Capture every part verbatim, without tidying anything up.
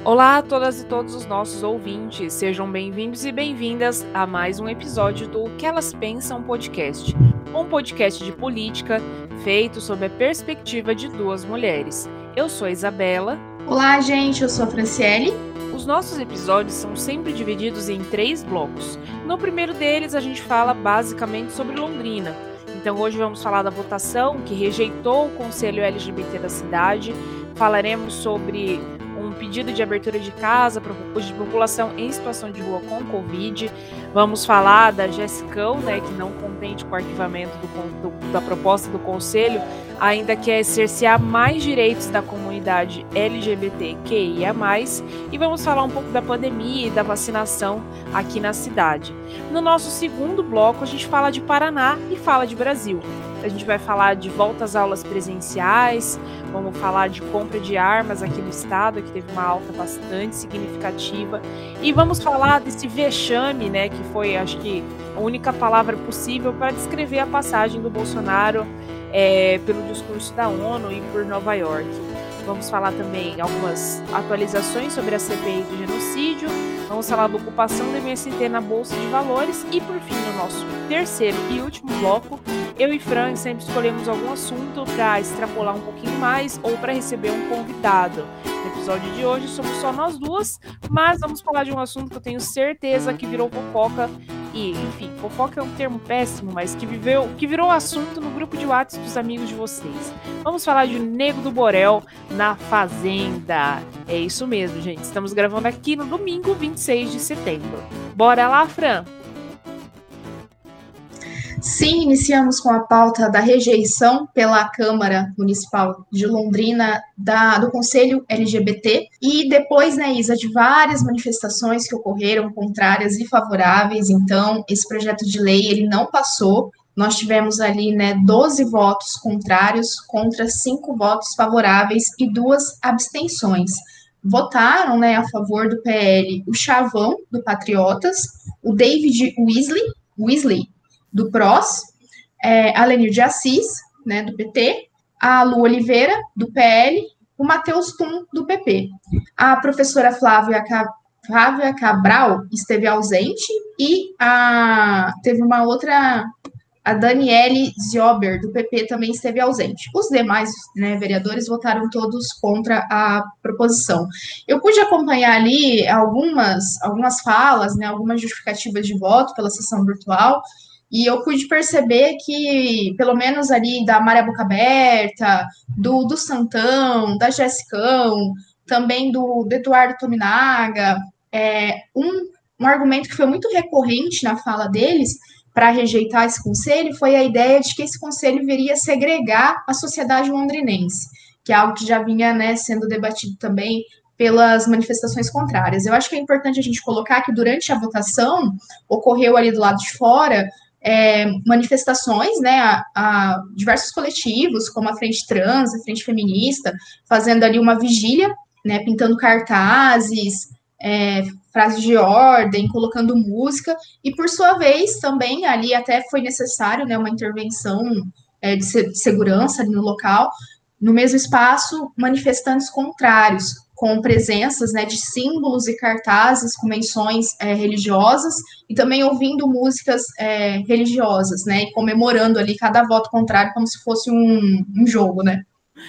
Olá a todas e todos os nossos ouvintes, sejam bem-vindos e bem-vindas a mais um episódio do O que Elas Pensam Podcast, um podcast de política feito sob a perspectiva de duas mulheres. Eu sou a Isabela. Olá, gente, eu sou a Franciele. Os nossos episódios são sempre divididos em três blocos. No primeiro deles, a gente fala basicamente sobre Londrina. Então hoje vamos falar da votação que rejeitou o Conselho L G B T da cidade, falaremos sobre um pedido de abertura de casa para de população em situação de rua com Covid. Vamos falar da Jessicão, né, que não contente com o arquivamento do, do, da proposta do Conselho, ainda quer cercear mais direitos da comunidade L G B T Q I A mais, e vamos falar um pouco da pandemia e da vacinação aqui na cidade. No nosso segundo bloco, a gente fala de Paraná e fala de Brasil. A gente vai falar de volta às aulas presenciais, vamos falar de compra de armas aqui no estado, que teve uma alta bastante significativa, e vamos falar desse vexame, né, que foi, acho que, a única palavra possível para descrever a passagem do Bolsonaro é, pelo discurso da ONU e por Nova York. Vamos falar também algumas atualizações sobre a C P I do genocídio, vamos falar da ocupação do M S T na Bolsa de Valores e, por fim, no nosso terceiro e último bloco, eu e Fran sempre escolhemos algum assunto para extrapolar um pouquinho mais ou para receber um convidado. No episódio de hoje somos só nós duas, mas vamos falar de um assunto que eu tenho certeza que virou fofoca e, enfim, fofoca é um termo péssimo, mas que, viveu, que virou assunto no grupo de WhatsApp dos amigos de vocês. Vamos falar de Nego do Borel na Fazenda. É isso mesmo, gente. Estamos gravando aqui no domingo, vinte e seis de setembro. Bora lá, Fran? Sim, iniciamos com a pauta da rejeição pela Câmara Municipal de Londrina da, do Conselho L G B T e depois, né, Isa, de várias manifestações que ocorreram contrárias e favoráveis. Então, esse projeto de lei ele não passou. Nós tivemos ali, né, doze votos contrários contra cinco votos favoráveis e duas abstenções. Votaram, né, a favor do P L o Chavão, do Patriotas, o David Weasley, Weasley do P R O S, é, a Lenir de Assis, né, do P T, a Lu Oliveira, do P L, o Matheus Tum, do P P. A professora Flávia, Flávia Cabral esteve ausente e a, teve uma outra, a Daniele Ziober, do P P, também esteve ausente. Os demais, né, vereadores votaram todos contra a proposição. Eu pude acompanhar ali algumas, algumas falas, né, algumas justificativas de voto pela sessão virtual, e eu pude perceber que, pelo menos ali da Maria Boca Aberta, do, do Santão, da Jessicão, também do, do Eduardo Tominaga, é, um, um argumento que foi muito recorrente na fala deles para rejeitar esse conselho foi a ideia de que esse conselho viria segregar a sociedade londrinense, que é algo que já vinha, né, sendo debatido também pelas manifestações contrárias. Eu acho que é importante a gente colocar que durante a votação ocorreu ali do lado de fora É, manifestações, né, a, a diversos coletivos, como a Frente Trans, a Frente Feminista, fazendo ali uma vigília, né, pintando cartazes, é, frases de ordem, colocando música, e por sua vez também ali até foi necessário, né, uma intervenção é, de, se, de segurança ali no local, no mesmo espaço, manifestantes contrários, com presenças, né, de símbolos e cartazes com menções é, religiosas e também ouvindo músicas é, religiosas, né, e comemorando ali cada voto contrário como se fosse um, um jogo, né?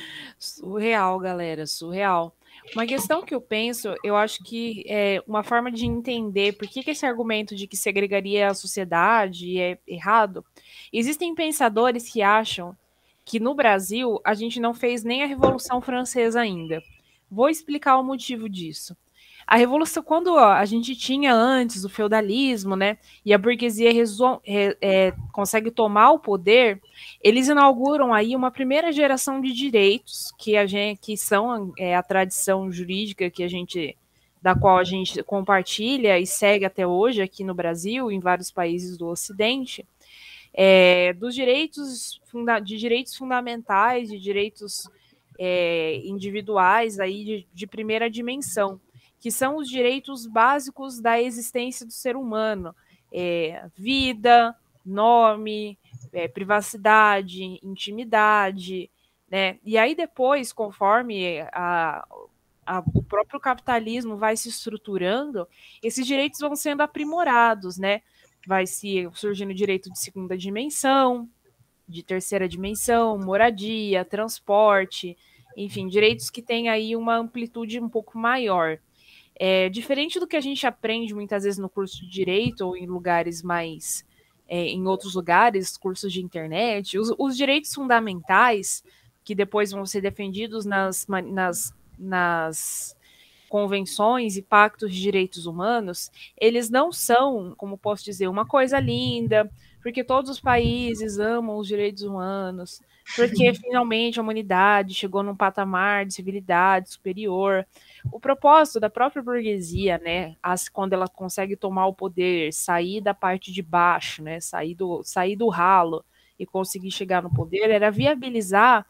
Surreal, galera, surreal. Uma questão que eu penso, eu acho que é uma forma de entender por que, que esse argumento de que segregaria a sociedade é errado. Existem pensadores que acham que no Brasil a gente não fez nem a Revolução Francesa ainda. Vou explicar o motivo disso. A revolução, quando a gente tinha antes o feudalismo, né, e a burguesia reso, é, é, consegue tomar o poder, eles inauguram aí uma primeira geração de direitos que a gente, que são é, a tradição jurídica que a gente, da qual a gente compartilha e segue até hoje aqui no Brasil, em vários países do Ocidente, é, dos direitos de direitos fundamentais, de direitos é, individuais aí de, de primeira dimensão, que são os direitos básicos da existência do ser humano, é, vida, nome, é, privacidade, intimidade, né? E aí depois, conforme a, a, o próprio capitalismo vai se estruturando, esses direitos vão sendo aprimorados, né? Vai se surgindo direito de segunda dimensão, de terceira dimensão, moradia, transporte, enfim, direitos que têm aí uma amplitude um pouco maior. É, diferente do que a gente aprende muitas vezes no curso de Direito ou em lugares mais, é, em outros lugares, cursos de internet, os, os direitos fundamentais, que depois vão ser defendidos nas, nas, nas convenções e pactos de direitos humanos, eles não são, como posso dizer, uma coisa linda, porque todos os países amam os direitos humanos, porque finalmente a humanidade chegou num patamar de civilidade superior. O propósito da própria burguesia, né, as, quando ela consegue tomar o poder, sair da parte de baixo, né, sair do, sair do ralo e conseguir chegar no poder, era viabilizar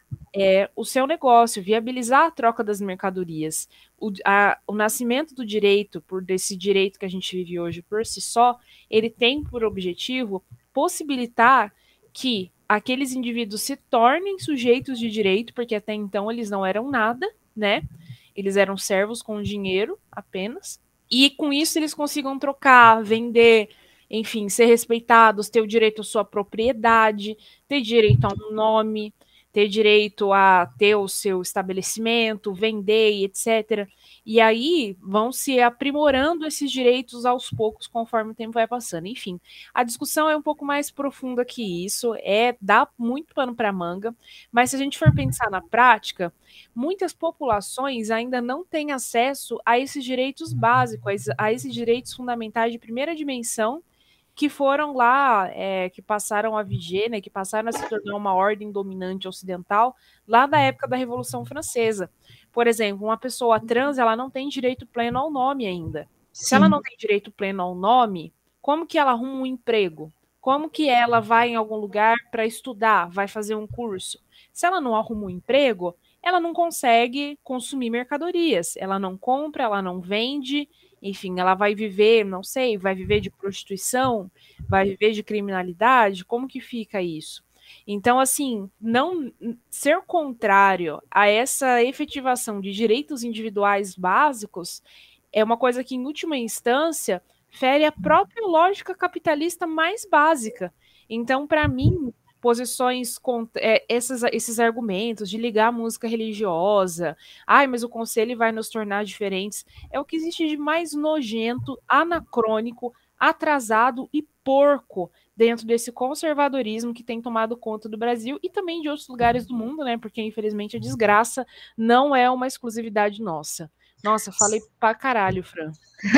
é, o seu negócio, viabilizar a troca das mercadorias. O, a, o nascimento do direito, por desse direito que a gente vive hoje por si só, ele tem por objetivo possibilitar que aqueles indivíduos se tornem sujeitos de direito, porque até então eles não eram nada, né? Eles eram servos com dinheiro apenas, e com isso eles consigam trocar, vender, enfim, ser respeitados, ter o direito à sua propriedade, ter direito a um nome, ter direito a ter o seu estabelecimento, vender e etcétera. E aí vão se aprimorando esses direitos aos poucos conforme o tempo vai passando. Enfim, a discussão é um pouco mais profunda que isso, é dá muito pano para manga, mas se a gente for pensar na prática, muitas populações ainda não têm acesso a esses direitos básicos, a esses direitos fundamentais de primeira dimensão, que foram lá, é, que passaram a viger, né, que passaram a se tornar uma ordem dominante ocidental, lá da época da Revolução Francesa. Por exemplo, uma pessoa trans, ela não tem direito pleno ao nome ainda. Sim. Se ela não tem direito pleno ao nome, como que ela arruma um emprego? Como que ela vai em algum lugar para estudar, vai fazer um curso? Se ela não arruma um emprego, ela não consegue consumir mercadorias, ela não compra, ela não vende, enfim, ela vai viver, não sei, vai viver de prostituição, vai viver de criminalidade, como que fica isso? Então, assim, não ser contrário a essa efetivação de direitos individuais básicos é uma coisa que, em última instância, fere a própria lógica capitalista mais básica. Então, para mim, posições contra é, esses, esses argumentos de ligar a música religiosa, ai, mas o conselho vai nos tornar diferentes, é o que existe de mais nojento, anacrônico, atrasado e porco dentro desse conservadorismo que tem tomado conta do Brasil e também de outros lugares do mundo, né? Porque, infelizmente, a desgraça não é uma exclusividade nossa. Nossa, falei pra caralho, Fran.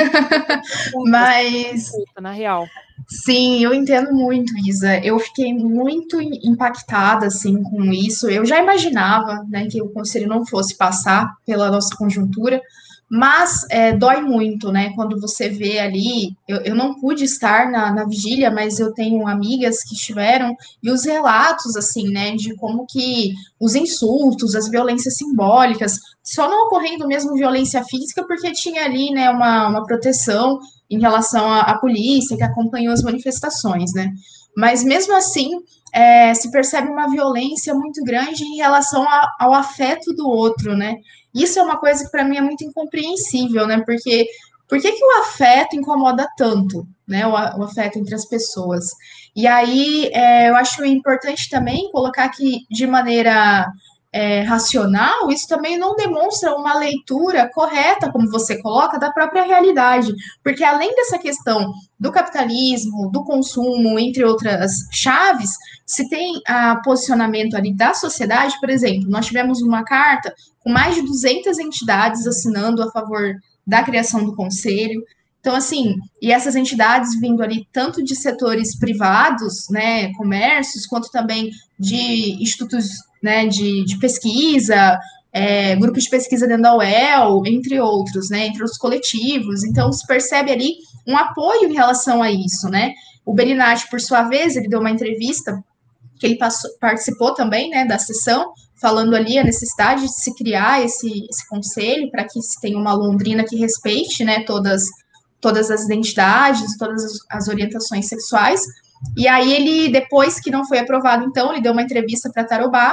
Puta, mas... puta, na real. Sim, eu entendo muito, Isa. Eu fiquei muito impactada, assim, com isso. Eu já imaginava, né, que o conselho não fosse passar pela nossa conjuntura, mas é, dói muito, né, quando você vê ali... Eu, eu não pude estar na, na vigília, mas eu tenho amigas que estiveram, e os relatos, assim, né, de como que os insultos, as violências simbólicas, só não ocorrendo mesmo violência física, porque tinha ali, né, uma, uma proteção em relação à, à polícia que acompanhou as manifestações, né? Mas mesmo assim, é, se percebe uma violência muito grande em relação a, ao afeto do outro, né? Isso é uma coisa que para mim é muito incompreensível, né? Porque por que, que o afeto incomoda tanto, né? O, o afeto entre as pessoas. E aí é, eu acho importante também colocar que de maneira É, racional, isso também não demonstra uma leitura correta, como você coloca, da própria realidade, porque além dessa questão do capitalismo, do consumo, entre outras chaves, se tem a posicionamento ali da sociedade, por exemplo, nós tivemos uma carta com mais de duzentas entidades assinando a favor da criação do conselho. Então, assim, e essas entidades vindo ali tanto de setores privados, né, comércios, quanto também de institutos, né, de, de pesquisa, é, grupos de pesquisa dentro da U E L, entre outros, né, entre os coletivos. Então, se percebe ali um apoio em relação a isso, né. O Belinati, por sua vez, ele deu uma entrevista, que ele passou, participou também, né, da sessão, falando ali a necessidade de se criar esse, esse conselho para que se tenha uma Londrina que respeite, né, todas todas as identidades, todas as orientações sexuais. E aí ele, depois que não foi aprovado, então, ele deu uma entrevista para Tarobá,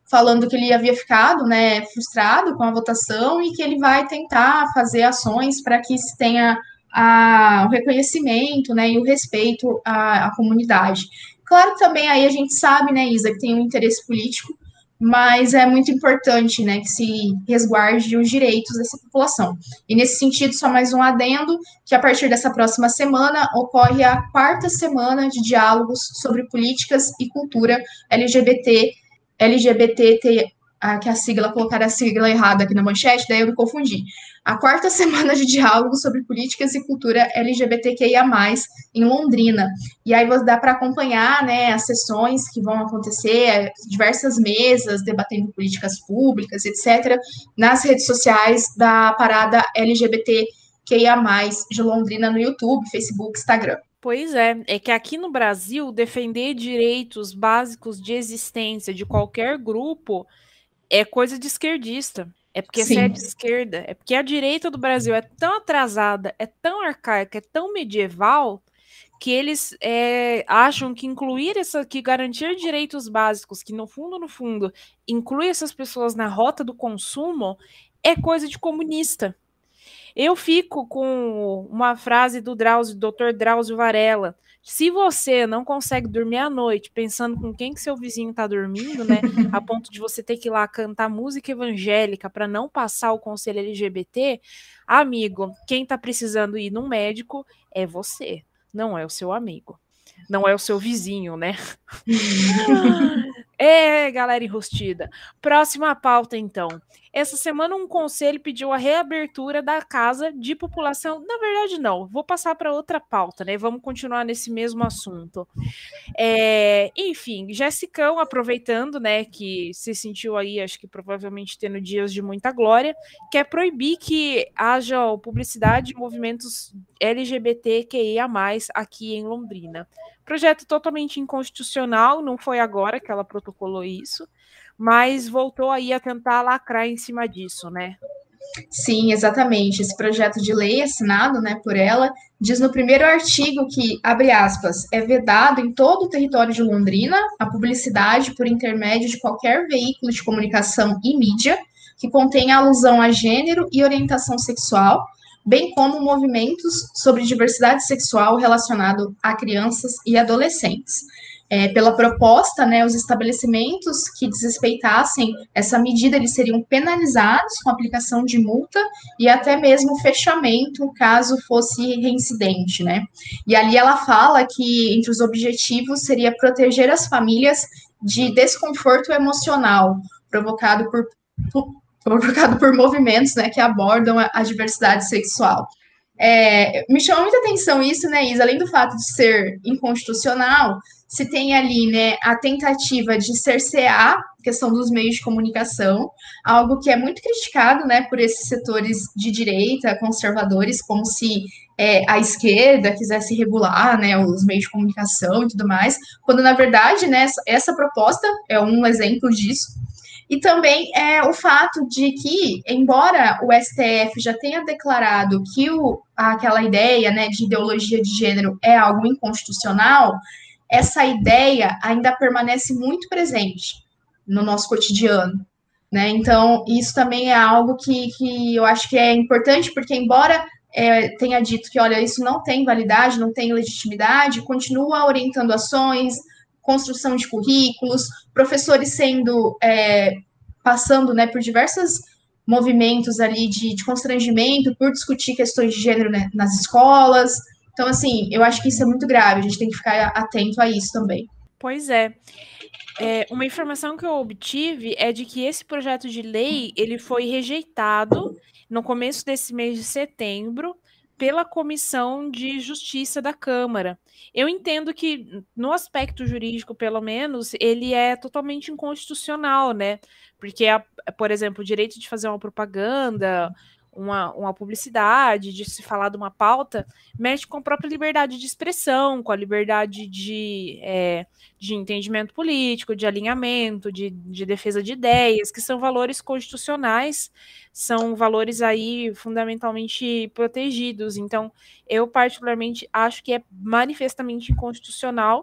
falando que ele havia ficado, né, frustrado com a votação e que ele vai tentar fazer ações para que se tenha a, o reconhecimento, né, e o respeito à, à comunidade. Claro que também aí a gente sabe, né, Isa, que tem um interesse político, mas é muito importante, né, que se resguarde os direitos dessa população. E nesse sentido, só mais um adendo, que a partir dessa próxima semana ocorre a quarta semana de diálogos sobre políticas e cultura L G B T, L G B T, ah, que a sigla, colocaram a sigla errada aqui na manchete, daí eu me confundi. A quarta semana de diálogo sobre políticas e cultura L G B T Q I A mais, em Londrina. E aí dá para acompanhar, né, as sessões que vão acontecer, diversas mesas debatendo políticas públicas, etcétera, nas redes sociais da parada L G B T Q I A mais, de Londrina, no YouTube, Facebook, Instagram. Pois é, é que aqui no Brasil, defender direitos básicos de existência de qualquer grupo é coisa de esquerdista. É porque você é de esquerda. É porque a direita do Brasil é tão atrasada, é tão arcaica, é tão medieval, que eles é, acham que incluir essa, que garantir direitos básicos, que no fundo, no fundo, inclui essas pessoas na rota do consumo, é coisa de comunista. Eu fico com uma frase do Drauzio, doutor Drauzio Varela. Se você não consegue dormir à noite pensando com quem que seu vizinho está dormindo, né, a ponto de você ter que ir lá cantar música evangélica para não passar o conselho L G B T, amigo, quem está precisando ir num médico é você, não é o seu amigo. Não é o seu vizinho, né? É, galera enrustida. Próxima pauta, então. Essa semana um conselho pediu a reabertura da casa de população. Na verdade, não. Vou passar para outra pauta, né? Vamos continuar nesse mesmo assunto. É, enfim, Jessicão, aproveitando, né, que se sentiu aí, acho que provavelmente tendo dias de muita glória, quer proibir que haja publicidade de movimentos L G B T Q I A mais, aqui em Londrina. Projeto totalmente inconstitucional, não foi agora que ela protocolou isso, mas voltou aí a tentar lacrar em cima disso, né? Sim, exatamente. Esse projeto de lei assinado, né, por ela diz no primeiro artigo que, abre aspas, é vedado em todo o território de Londrina a publicidade por intermédio de qualquer veículo de comunicação e mídia que contenha alusão a gênero e orientação sexual, bem como movimentos sobre diversidade sexual relacionado a crianças e adolescentes. É, pela proposta, né, os estabelecimentos que desrespeitassem essa medida, eles seriam penalizados com aplicação de multa e até mesmo fechamento, caso fosse reincidente, né? E ali ela fala que entre os objetivos seria proteger as famílias de desconforto emocional provocado por, por provocado por movimentos, né, que abordam a, a diversidade sexual. É, me chama muita atenção isso, né, Isa? Além do fato de ser inconstitucional, se tem ali, né, a tentativa de cercear a questão dos meios de comunicação, algo que é muito criticado, né, por esses setores de direita, conservadores, como se é, a esquerda quisesse regular, né, os meios de comunicação e tudo mais, quando, na verdade, né, essa proposta é um exemplo disso. E também é o fato de que, embora o S T F já tenha declarado que o, aquela ideia, né, de ideologia de gênero é algo inconstitucional, essa ideia ainda permanece muito presente no nosso cotidiano, né? Então, isso também é algo que, que eu acho que é importante, porque embora é, tenha dito que, olha, isso não tem validade, não tem legitimidade, continua orientando ações, construção de currículos, professores sendo, é, passando, né, por diversos movimentos ali de, de constrangimento por discutir questões de gênero, né, nas escolas. Então, assim, eu acho que isso é muito grave, a gente tem que ficar atento a isso também. Pois é. É, uma informação que eu obtive é de que esse projeto de lei ele foi rejeitado no começo desse mês de setembro pela Comissão de Justiça da Câmara. Eu entendo que, no aspecto jurídico, pelo menos, ele é totalmente inconstitucional, né? Porque, por exemplo, o direito de fazer uma propaganda, uma, uma publicidade, de se falar de uma pauta, mexe com a própria liberdade de expressão, com a liberdade de, é, de entendimento político, de alinhamento, de, de defesa de ideias, que são valores constitucionais, são valores aí fundamentalmente protegidos. Então, eu particularmente acho que é manifestamente inconstitucional,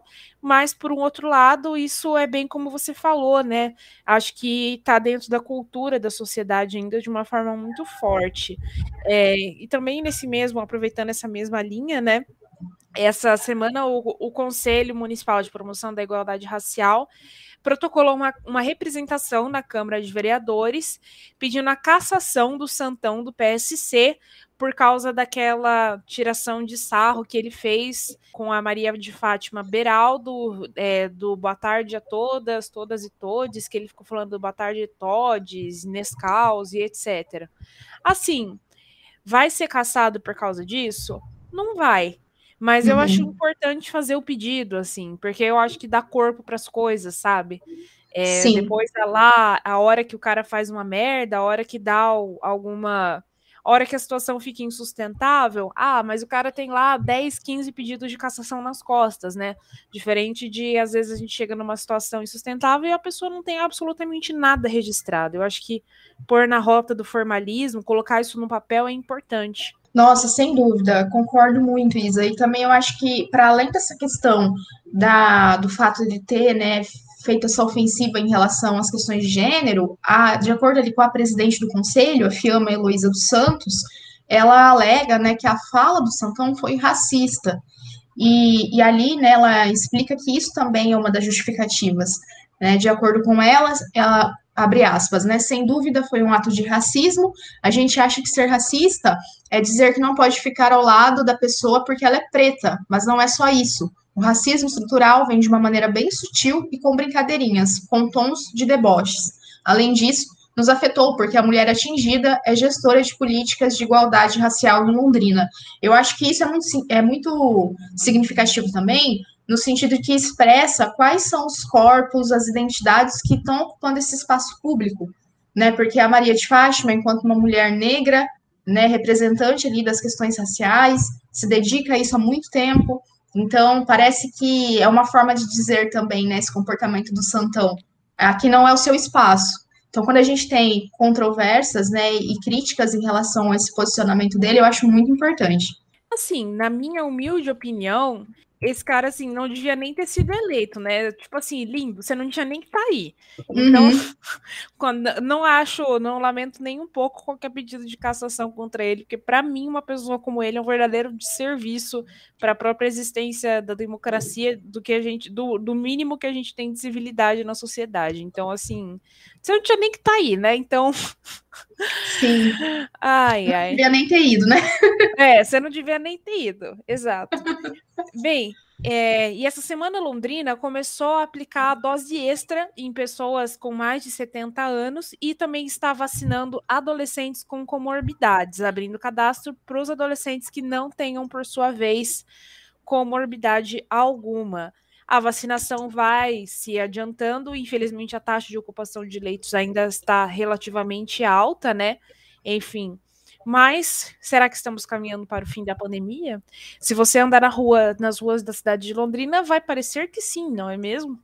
mas, por um outro lado, isso é bem como você falou, né? Acho que está dentro da cultura da sociedade ainda de uma forma muito forte. É, e também nesse mesmo, aproveitando essa mesma linha, né? Essa semana, o, o Conselho Municipal de Promoção da Igualdade Racial protocolou uma, uma representação na Câmara de Vereadores pedindo a cassação do Santão do P S C por causa daquela tiração de sarro que ele fez com a Maria de Fátima Beraldo, é, do Boa Tarde a Todas, Todas e Todes, que ele ficou falando do Boa Tarde Todes, Nescaus e etcétera. Assim, vai ser cassado por causa disso? Não vai. Mas eu acho importante fazer o pedido, assim, porque eu acho que dá corpo para as coisas, sabe? É, depois tá lá, a hora que o cara faz uma merda, a hora que dá alguma. A hora que a situação fica insustentável, ah, mas o cara tem lá dez, quinze pedidos de cassação nas costas, né? Diferente de, às vezes, a gente chega numa situação insustentável e a pessoa não tem absolutamente nada registrado. Eu acho que pôr na rota do formalismo, colocar isso no papel é importante. Nossa, sem dúvida, concordo muito, Isa. E também eu acho que, para além dessa questão da, do fato de ter, né, feito essa ofensiva em relação às questões de gênero, a, de acordo ali com a presidente do conselho, a Fiamma Heloísa dos Santos, ela alega, né, que a fala do Santão foi racista. E, e ali, né, ela explica que isso também é uma das justificativas. Né, de acordo com ela, ela abre aspas, né? Sem dúvida foi um ato de racismo. A gente acha que ser racista é dizer que não pode ficar ao lado da pessoa porque ela é preta, mas não é só isso. O racismo estrutural vem de uma maneira bem sutil e com brincadeirinhas, com tons de deboches. Além disso, nos afetou porque a mulher atingida é gestora de políticas de igualdade racial em Londrina. Eu acho que isso é muito, é muito significativo também, no sentido que expressa quais são os corpos, as identidades que estão ocupando esse espaço público, né? Porque a Maria de Fátima, enquanto uma mulher negra, né, representante ali das questões raciais, se dedica a isso há muito tempo. Então, parece que é uma forma de dizer também, né, esse comportamento do Santão. Aqui não é o seu espaço. Então, quando a gente tem controvérsias, né, e críticas em relação a esse posicionamento dele, eu acho muito importante. Assim, na minha humilde opinião, esse cara, assim, não devia nem ter sido eleito, né? Tipo assim, lindo, você não tinha nem que estar tá aí. Então, uhum. quando, não acho, não lamento nem um pouco qualquer pedido de cassação contra ele, porque para mim, uma pessoa como ele é um verdadeiro desserviço para a própria existência da democracia, do que a gente, do, do mínimo que a gente tem de civilidade na sociedade. Então, assim, você não tinha nem que estar tá aí, né? Então. Sim. Ai, ai. Não devia nem ter ido, né? É, você não devia nem ter ido, exato. Bem, é, e essa semana Londrina começou a aplicar a dose extra em pessoas com mais de setenta anos e também está vacinando adolescentes com comorbidades, abrindo cadastro para os adolescentes que não tenham, por sua vez, comorbidade alguma. A vacinação vai se adiantando, infelizmente a taxa de ocupação de leitos ainda está relativamente alta, né? Enfim, mas será que estamos caminhando para o fim da pandemia? Se você andar na rua, nas ruas da cidade de Londrina, vai parecer que sim, não é mesmo?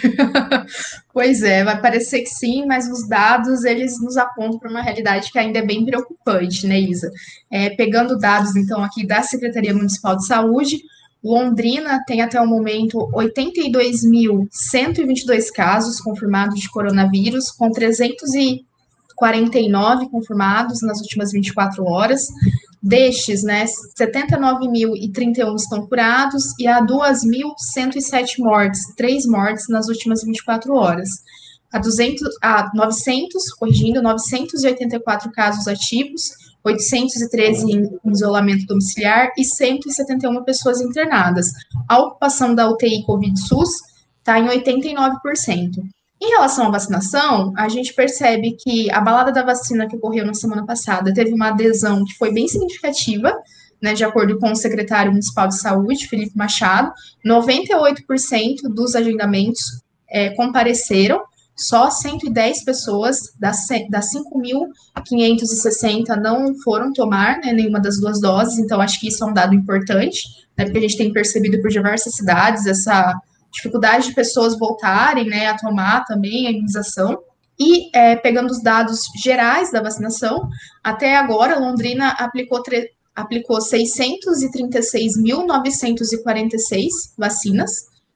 Pois é, vai parecer que sim, mas os dados, eles nos apontam para uma realidade que ainda é bem preocupante, né, Isa? É, pegando dados, então, aqui da Secretaria Municipal de Saúde, Londrina tem até o momento oitenta e dois mil cento e vinte e dois casos confirmados de coronavírus, com trezentos e quarenta e nove confirmados nas últimas vinte e quatro horas. Destes, né, setenta e nove mil e trinta e um estão curados e há duas mil cento e sete mortes, três mortes nas últimas vinte e quatro horas. Há, duzentos, há novecentos, corrigindo, novecentos e oitenta e quatro casos ativos, oitocentos e treze em isolamento domiciliar e cento e setenta e uma pessoas internadas. A ocupação da U T I Covid-SUS está em oitenta e nove por cento. Em relação à vacinação, a gente percebe que a balada da vacina que ocorreu na semana passada teve uma adesão que foi bem significativa, né, de acordo com o secretário municipal de saúde, Felipe Machado, noventa e oito por cento dos agendamentos é, compareceram, só cento e dez pessoas das, das cinco mil quinhentos e sessenta não foram tomar, né, nenhuma das duas doses, então acho que isso é um dado importante, né, porque a gente tem percebido por diversas cidades essa dificuldade de pessoas voltarem, né, a tomar também a imunização. E, é, pegando os dados gerais da vacinação, até agora, Londrina aplicou, aplicou seiscentos e trinta e seis mil novecentos e quarenta e seis vacinas,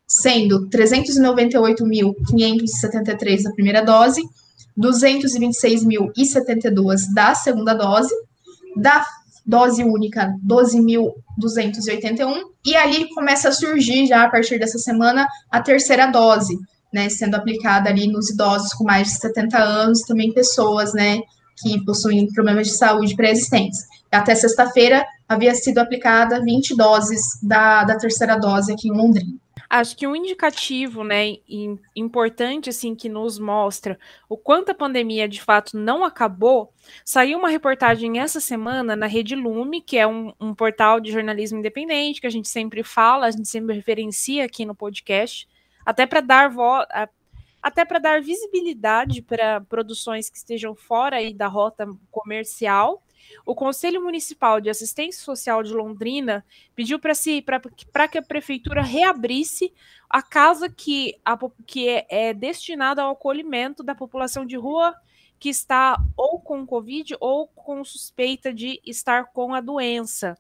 sendo trezentos e noventa e oito mil, quinhentos e setenta e três da primeira dose, duzentos e vinte e seis mil e setenta e dois da segunda dose, da dose única, doze mil duzentos e oitenta e um, e ali começa a surgir já a partir dessa semana a terceira dose, né, sendo aplicada ali nos idosos com mais de setenta anos, também pessoas, né, que possuem problemas de saúde pré-existentes. Até sexta-feira havia sido aplicada vinte doses da, da terceira dose aqui em Londrina. Acho que um indicativo, né, importante, assim, que nos mostra o quanto a pandemia, de fato, não acabou, saiu uma reportagem essa semana na Rede Lume, que é um, um portal de jornalismo independente, que a gente sempre fala, a gente sempre referencia aqui no podcast, até para dar voz, até para dar visibilidade para produções que estejam fora aí da rota comercial. O Conselho Municipal de Assistência Social de Londrina pediu para si, para que a prefeitura reabrisse a casa que, a, que é, é destinada ao acolhimento da população de rua que está ou com Covid ou com suspeita de estar com a doença.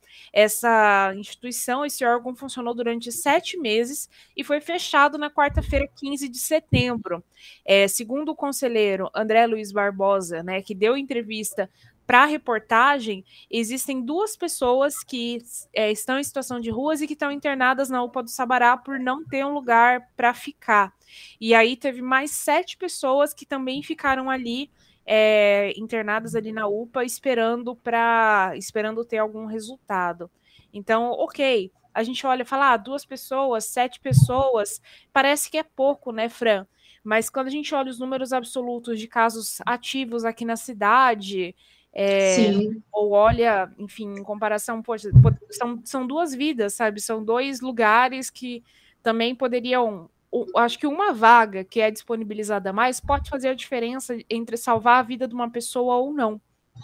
Essa instituição, esse órgão funcionou durante sete meses e foi fechado na quarta-feira, quinze de setembro. É, segundo o conselheiro André Luiz Barbosa, né, que deu entrevista para a reportagem, existem duas pessoas que é, estão em situação de ruas e que estão internadas na U P A do Sabará por não ter um lugar para ficar. E aí teve mais sete pessoas que também ficaram ali, é, internadas ali na U P A, esperando, pra, esperando ter algum resultado. Então, ok, a gente olha e fala, ah, duas pessoas, sete pessoas, parece que é pouco, né, Fran? Mas quando a gente olha os números absolutos de casos ativos aqui na cidade... É, ou olha, enfim, em comparação, poxa, são, são duas vidas, sabe? São dois lugares que também poderiam. Acho que uma vaga que é disponibilizada mais pode fazer a diferença entre salvar a vida de uma pessoa ou não.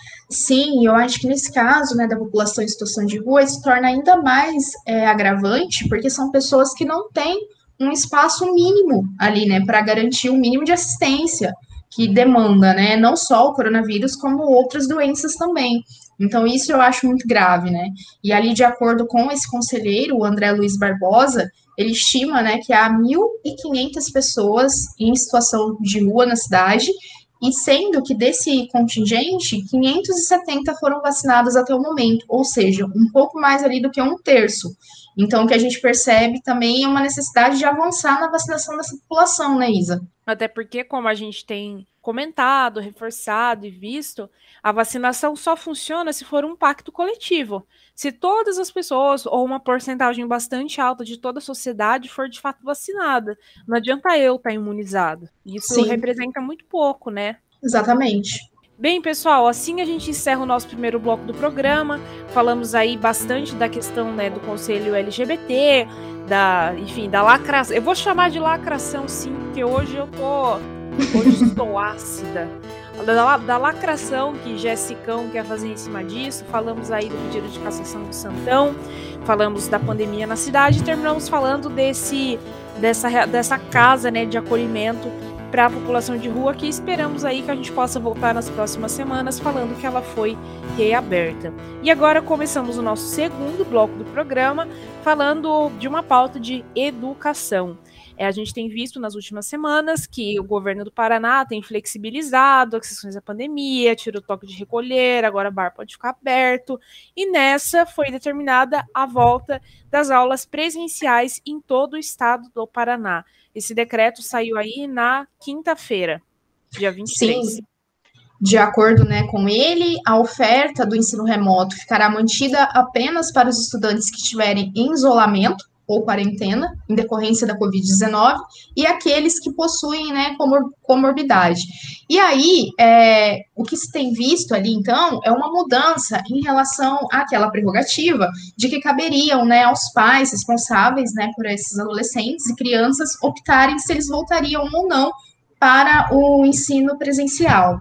Sim, eu acho que nesse caso, né, da população em situação de rua, isso torna ainda mais é, agravante, porque são pessoas que não têm um espaço mínimo ali, né, para garantir o mínimo de assistência que demanda, né, não só o coronavírus, como outras doenças também. Então, isso eu acho muito grave, né, e ali, de acordo com esse conselheiro, o André Luiz Barbosa, ele estima, né, que há mil e quinhentas pessoas em situação de rua na cidade, e sendo que desse contingente, quinhentos e setenta foram vacinados até o momento, ou seja, um pouco mais ali do que um terço. Então, o que a gente percebe também é uma necessidade de avançar na vacinação dessa população, né, Isa? Até porque, como a gente tem comentado, reforçado e visto, a vacinação só funciona se for um pacto coletivo. Se todas as pessoas, ou uma porcentagem bastante alta de toda a sociedade, for de fato vacinada, não adianta eu estar imunizado. Isso Sim. representa muito pouco, né? Exatamente. Bem, pessoal, assim a gente encerra o nosso primeiro bloco do programa. Falamos aí bastante da questão, né, do Conselho L G B T, da, enfim, da lacração. Eu vou chamar de lacração, sim, porque hoje eu tô, hoje estou ácida. Da, da lacração que Jessicão quer fazer em cima disso. Falamos aí do pedido de cassação do Santão, falamos da pandemia na cidade e terminamos falando desse, dessa, dessa casa, né, de acolhimento para a população de rua, que esperamos aí que a gente possa voltar nas próximas semanas falando que ela foi reaberta. E agora começamos o nosso segundo bloco do programa falando de uma pauta de educação. É, a gente tem visto nas últimas semanas que o governo do Paraná tem flexibilizado as questões da pandemia, tirou o toque de recolher, agora o bar pode ficar aberto, e nessa foi determinada a volta das aulas presenciais em todo o estado do Paraná. Esse decreto saiu aí na quinta-feira, dia vinte e três. Sim. De acordo, né, com ele, a oferta do ensino remoto ficará mantida apenas para os estudantes que estiverem em isolamento ou quarentena, em decorrência da covid dezenove, e aqueles que possuem, né, comor comorbidade. E aí, é, o que se tem visto ali, então, é uma mudança em relação àquela prerrogativa de que caberiam, né, aos pais responsáveis, né, por esses adolescentes e crianças optarem se eles voltariam ou não para o ensino presencial.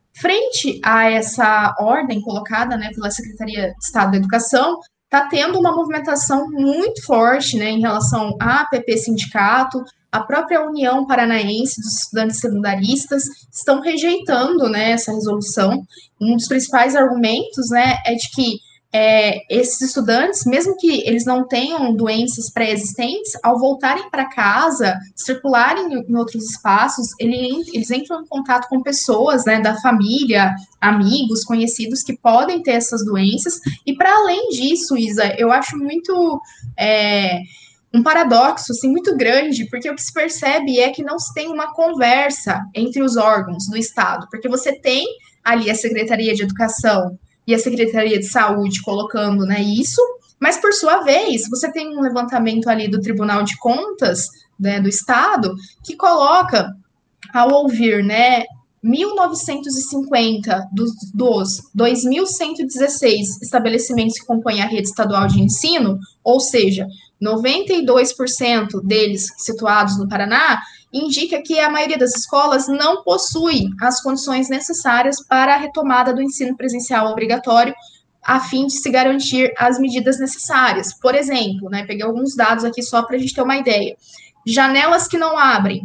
Frente a essa ordem colocada, né, pela Secretaria de Estado da Educação, está tendo uma movimentação muito forte, né, em relação à A P P Sindicato, a própria União Paranaense dos Estudantes Secundaristas estão rejeitando, né, essa resolução. Um dos principais argumentos, né, é de que é, esses estudantes, mesmo que eles não tenham doenças pré-existentes, ao voltarem para casa, circularem em outros espaços, ele, eles entram em contato com pessoas, né, da família, amigos, conhecidos que podem ter essas doenças. E para além disso, Isa, eu acho muito é, um paradoxo assim, muito grande, porque o que se percebe é que não se tem uma conversa entre os órgãos do Estado, porque você tem ali a Secretaria de Educação e a Secretaria de Saúde colocando, né, isso, mas por sua vez, você tem um levantamento ali do Tribunal de Contas, né, do Estado, que coloca, ao ouvir, né, mil novecentos e cinquenta dos, dos dois mil cento e dezesseis estabelecimentos que compõem a rede estadual de ensino, ou seja, noventa e dois por cento deles situados no Paraná, indica que a maioria das escolas não possui as condições necessárias para a retomada do ensino presencial obrigatório, a fim de se garantir as medidas necessárias. Por exemplo, né, peguei alguns dados aqui só para a gente ter uma ideia. Janelas que não abrem,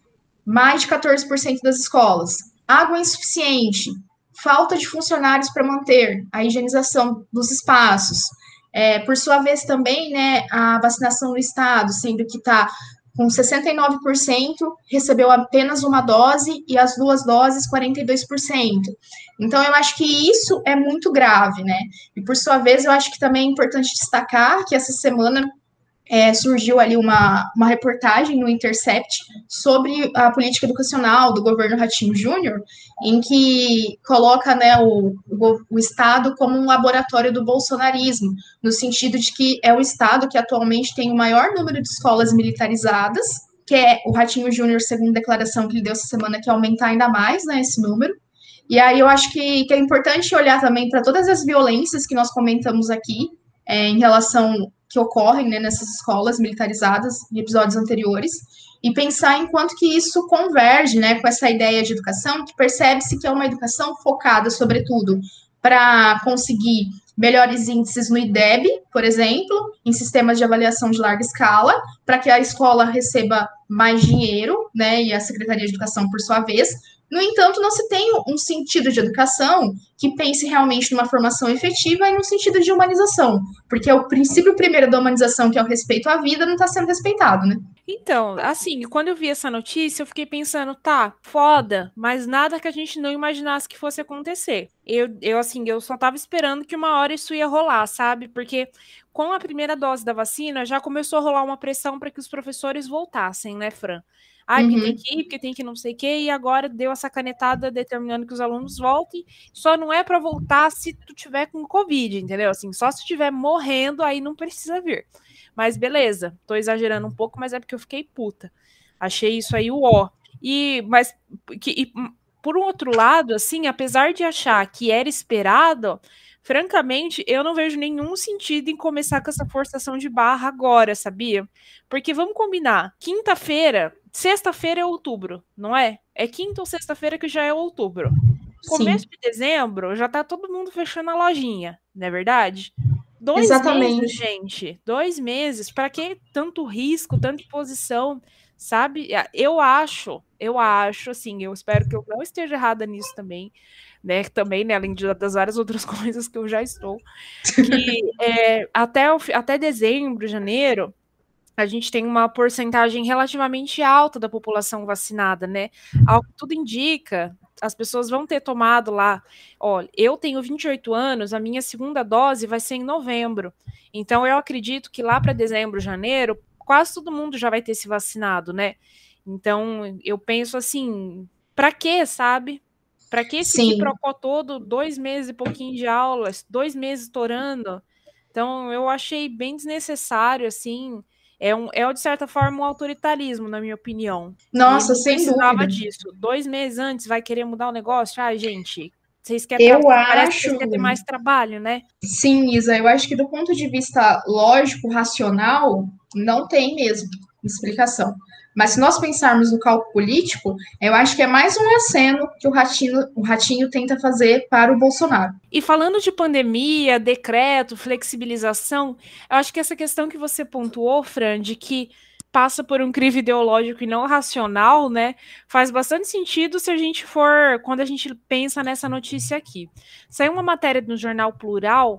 mais de quatorze por cento das escolas. Água insuficiente, falta de funcionários para manter a higienização dos espaços. É, por sua vez, também, né, a vacinação no estado, sendo que está com sessenta e nove por cento, recebeu apenas uma dose e as duas doses, quarenta e dois por cento. Então, eu acho que isso é muito grave, né? E, por sua vez, eu acho que também é importante destacar que essa semana é, surgiu ali uma, uma reportagem no Intercept sobre a política educacional do governo Ratinho Júnior, em que coloca, né, o, o, o Estado como um laboratório do bolsonarismo, no sentido de que é o Estado que atualmente tem o maior número de escolas militarizadas, que é o Ratinho Júnior, segundo a declaração que ele deu essa semana, que aumentar ainda mais, né, esse número. E aí eu acho que, que é importante olhar também para todas as violências que nós comentamos aqui, é, em relação que ocorrem, né, nessas escolas militarizadas em episódios anteriores, e pensar em quanto que isso converge, né, com essa ideia de educação, que percebe-se que é uma educação focada, sobretudo, para conseguir melhores índices no I D E B, por exemplo, em sistemas de avaliação de larga escala, para que a escola receba mais dinheiro, né, e a Secretaria de Educação, por sua vez. No entanto, não se tem um sentido de educação que pense realmente numa formação efetiva e no sentido de humanização, porque o princípio primeiro da humanização, que é o respeito à vida, não está sendo respeitado, né? Então, assim, quando eu vi essa notícia, eu fiquei pensando, tá, foda, mas nada que a gente não imaginasse que fosse acontecer. Eu, eu assim, eu só tava esperando que uma hora isso ia rolar, sabe? Porque com a primeira dose da vacina, já começou a rolar uma pressão para que os professores voltassem, né, Fran? Ai, porque Uhum. tem que ir, porque tem que não sei o quê, e agora deu essa canetada determinando que os alunos voltem, só não é para voltar se tu tiver com Covid, entendeu? Assim, só se tiver morrendo, aí não precisa vir. Mas beleza, tô exagerando um pouco, mas é porque eu fiquei puta. Achei isso aí o ó. E, mas, que, e, por um outro lado, assim, apesar de achar que era esperado, francamente, eu não vejo nenhum sentido em começar com essa forçação de barra agora, sabia? Porque vamos combinar, quinta-feira, sexta-feira é outubro, não é? É quinta ou sexta-feira que já é outubro. Começo Sim. de dezembro, já tá todo mundo fechando a lojinha, não é verdade? Dois meses, Exatamente. gente, dois meses, para que tanto risco, tanta exposição, sabe? Eu acho, eu acho, assim, eu espero que eu não esteja errada nisso também, né? Também, né, além de, das várias outras coisas que eu já estou, que é, até, o, até dezembro, janeiro, a gente tem uma porcentagem relativamente alta da população vacinada, né? Ao que tudo indica, as pessoas vão ter tomado lá. Olha, eu tenho vinte e oito anos, a minha segunda dose vai ser em novembro. Então, eu acredito que lá para dezembro, janeiro, quase todo mundo já vai ter se vacinado, né? Então, eu penso assim, para quê, sabe? Para que esse Sim. quiprocó todo, dois meses e pouquinho de aulas, dois meses estourando? Então, eu achei bem desnecessário, assim. É, um, é, de certa forma, um autoritarismo, na minha opinião. E Nossa, não sem precisava dúvida. disso. Dois meses antes vai querer mudar o negócio? Ai, gente, vocês querem Eu parece que acho, vocês querem ter mais trabalho, né? sim, Isa, eu acho que do ponto de vista lógico, racional, não tem mesmo explicação. Mas se nós pensarmos no cálculo político, eu acho que é mais um aceno que o Ratinho, o Ratinho tenta fazer para o Bolsonaro. E falando de pandemia, decreto, flexibilização, eu acho que essa questão que você pontuou, Fran, de que passa por um crivo ideológico e não racional, né, faz bastante sentido se a gente for, quando a gente pensa nessa notícia aqui. Saiu uma matéria no jornal Plural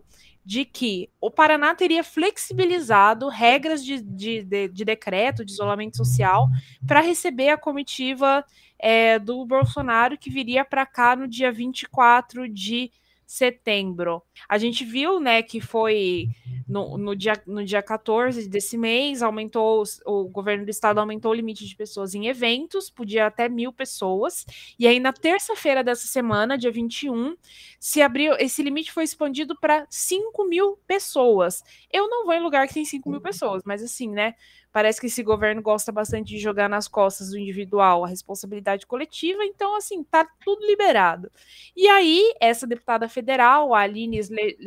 de que o Paraná teria flexibilizado regras de, de, de, de decreto de isolamento social para receber a comitiva é, do Bolsonaro, que viria para cá no dia vinte e quatro de setembro. A gente viu, né, que foi no, no, dia, no dia quatorze desse mês, aumentou, o governo do estado aumentou o limite de pessoas em eventos, podia até mil pessoas, e aí na terça-feira dessa semana, dia vinte e um, se abriu, esse limite foi expandido para cinco mil pessoas. Eu não vou em lugar que tem cinco mil pessoas, mas assim, né, parece que esse governo gosta bastante de jogar nas costas do individual a responsabilidade coletiva, então, assim, tá tudo liberado. E aí, essa deputada federal, a Aline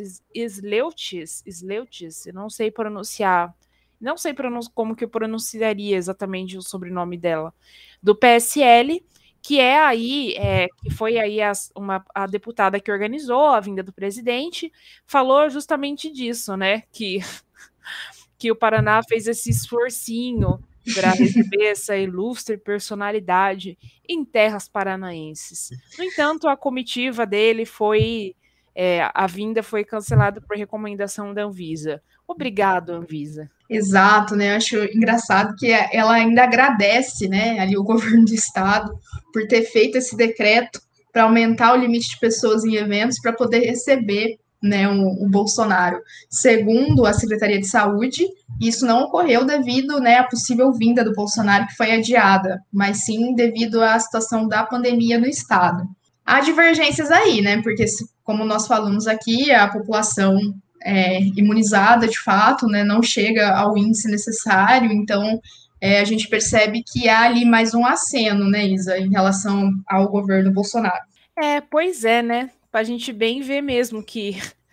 Sleutis, Sleutis, eu não sei pronunciar, não sei pronun- como que eu pronunciaria exatamente o sobrenome dela, do P S L, que é aí, é, que foi aí a, uma, a deputada que organizou a vinda do presidente, falou justamente disso, né, que que o Paraná fez esse esforcinho para receber essa ilustre personalidade em terras paranaenses. No entanto, a comitiva dele foi, é, a vinda foi cancelada por recomendação da Anvisa. Obrigado, Anvisa. Exato, né? Eu acho engraçado que ela ainda agradece, né, ali o governo do estado por ter feito esse decreto para aumentar o limite de pessoas em eventos para poder receber, né, o, o Bolsonaro. Segundo a Secretaria de Saúde, isso não ocorreu devido, né, à possível vinda do Bolsonaro que foi adiada, mas sim devido à situação da pandemia no estado. Há divergências aí, né? Porque, como nós falamos aqui, a população é, imunizada de fato, né, não chega ao índice necessário, então é, a gente percebe que há ali mais um aceno, né, Isa, em relação ao governo Bolsonaro. É, pois é, né? Pra gente bem ver mesmo que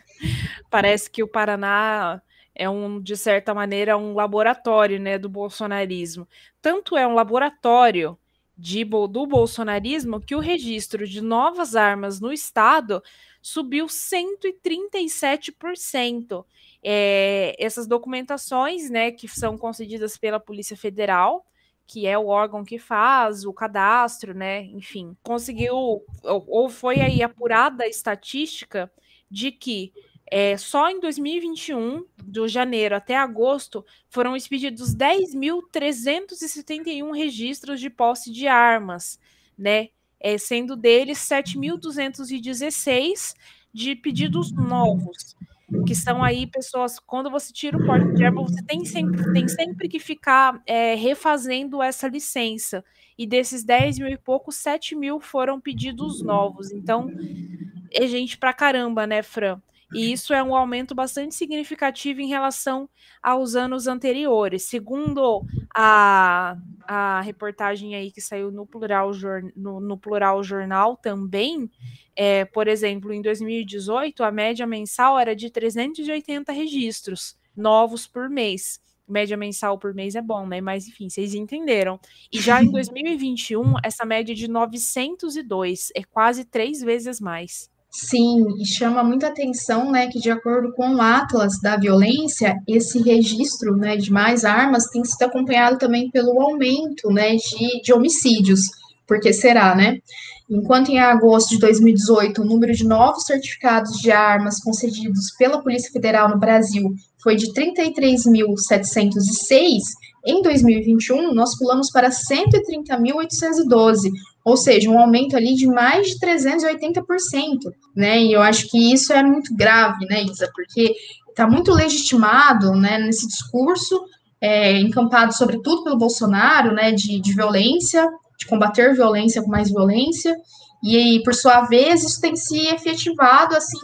parece que o Paraná é um, de certa maneira, um laboratório, né, do bolsonarismo. Tanto é um laboratório de, do bolsonarismo que o registro de novas armas no estado subiu cento e trinta e sete por cento. É, essas documentações, né, que são concedidas pela Polícia Federal, que é o órgão que faz o cadastro, né, enfim, conseguiu, ou, ou foi aí apurada a estatística de que é, só em dois mil e vinte e um, de janeiro até agosto, foram expedidos dez mil trezentos e setenta e um registros de posse de armas, né? É, sendo deles sete mil duzentos e dezesseis de pedidos novos, que são aí pessoas, quando você tira o porte de arma, você tem sempre, tem sempre que ficar é, refazendo essa licença. E desses dez mil e pouco, sete mil foram pedidos novos. Então, é gente pra caramba, né, Fran? E isso é um aumento bastante significativo em relação aos anos anteriores. Segundo a, a reportagem aí que saiu no Plural, no, no Plural Jornal também, é, por exemplo, em dois mil e dezoito, a média mensal era de trezentos e oitenta registros novos por mês. Média mensal por mês é bom, né? Mas enfim, vocês entenderam. E já em dois mil e vinte e um, essa média é de novecentos e dois, é quase três vezes mais. Sim, e chama muita atenção, né, que de acordo com o Atlas da Violência, esse registro, né, de mais armas tem sido acompanhado também pelo aumento, né, de, de homicídios. Por que será, né? Enquanto em agosto de dois mil e dezoito o número de novos certificados de armas concedidos pela Polícia Federal no Brasil foi de trinta e três mil setecentos e seis, em dois mil e vinte e um nós pulamos para cento e trinta mil oitocentos e doze, ou seja, um aumento ali de mais de trezentos e oitenta por cento, né? E eu acho que isso é muito grave, né, Isa? Porque está muito legitimado, né, nesse discurso é, encampado sobretudo pelo Bolsonaro, né, de, de violência, de combater violência com mais violência, e, por sua vez, isso tem se efetivado, assim,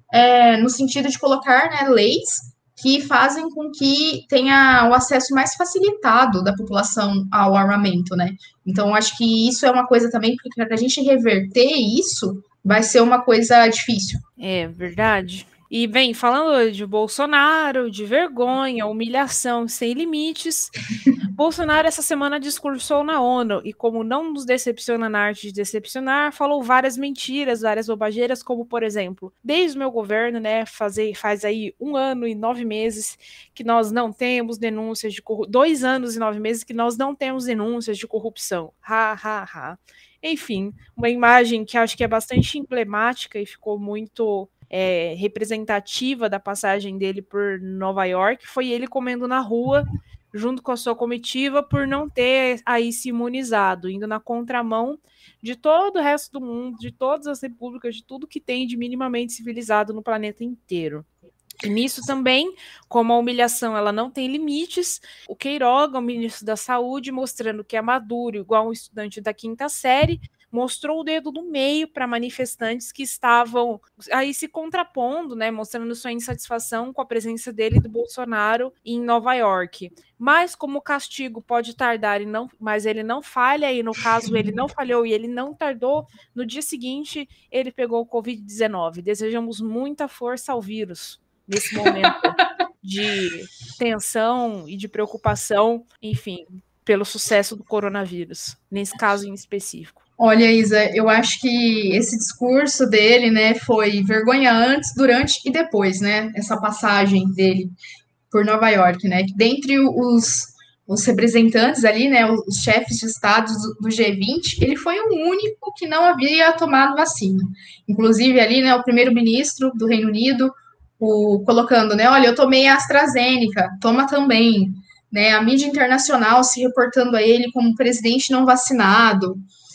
é, no sentido de colocar, né, leis que fazem com que tenha o acesso mais facilitado da população ao armamento, né? Então, acho que isso é uma coisa também, porque para a gente reverter isso, vai ser uma coisa difícil. É verdade. E, bem, falando de Bolsonaro, de vergonha, humilhação sem limites, Bolsonaro essa semana discursou na ONU e, como não nos decepciona na arte de decepcionar, falou várias mentiras, várias bobageiras, como, por exemplo, desde o meu governo, né, fazer, faz aí um ano e nove meses que nós não temos denúncias de corrupção, dois anos e nove meses que nós não temos denúncias de corrupção. Ha, ha, ha. Enfim, uma imagem que acho que é bastante emblemática e ficou muito é, representativa da passagem dele por Nova York foi ele comendo na rua, junto com a sua comitiva, por não ter aí se imunizado, indo na contramão de todo o resto do mundo, de todas as repúblicas, de tudo que tem de minimamente civilizado no planeta inteiro. E nisso também, como a humilhação ela não tem limites, o Queiroga, o ministro da Saúde, mostrando que é maduro, igual um estudante da quinta série, mostrou o dedo no meio para manifestantes que estavam aí se contrapondo, né, mostrando sua insatisfação com a presença dele e do Bolsonaro em Nova York. Mas como o castigo pode tardar, e não, mas ele não falha, e no caso ele não falhou e ele não tardou, no dia seguinte ele pegou o covid dezenove. Desejamos muita força ao vírus nesse momento de tensão e de preocupação, enfim, pelo sucesso do coronavírus, nesse caso em específico. Olha, Isa, eu acho que esse discurso dele, né, foi vergonha antes, durante e depois, né, essa passagem dele por Nova York, né, que dentre os, os representantes ali, né, os chefes de estados do, do G vinte, ele foi o único que não havia tomado vacina. Inclusive ali, né, o primeiro-ministro do Reino Unido, o, colocando, né, olha, eu tomei a AstraZeneca, toma também, né, a mídia internacional se reportando a ele como presidente não vacinado.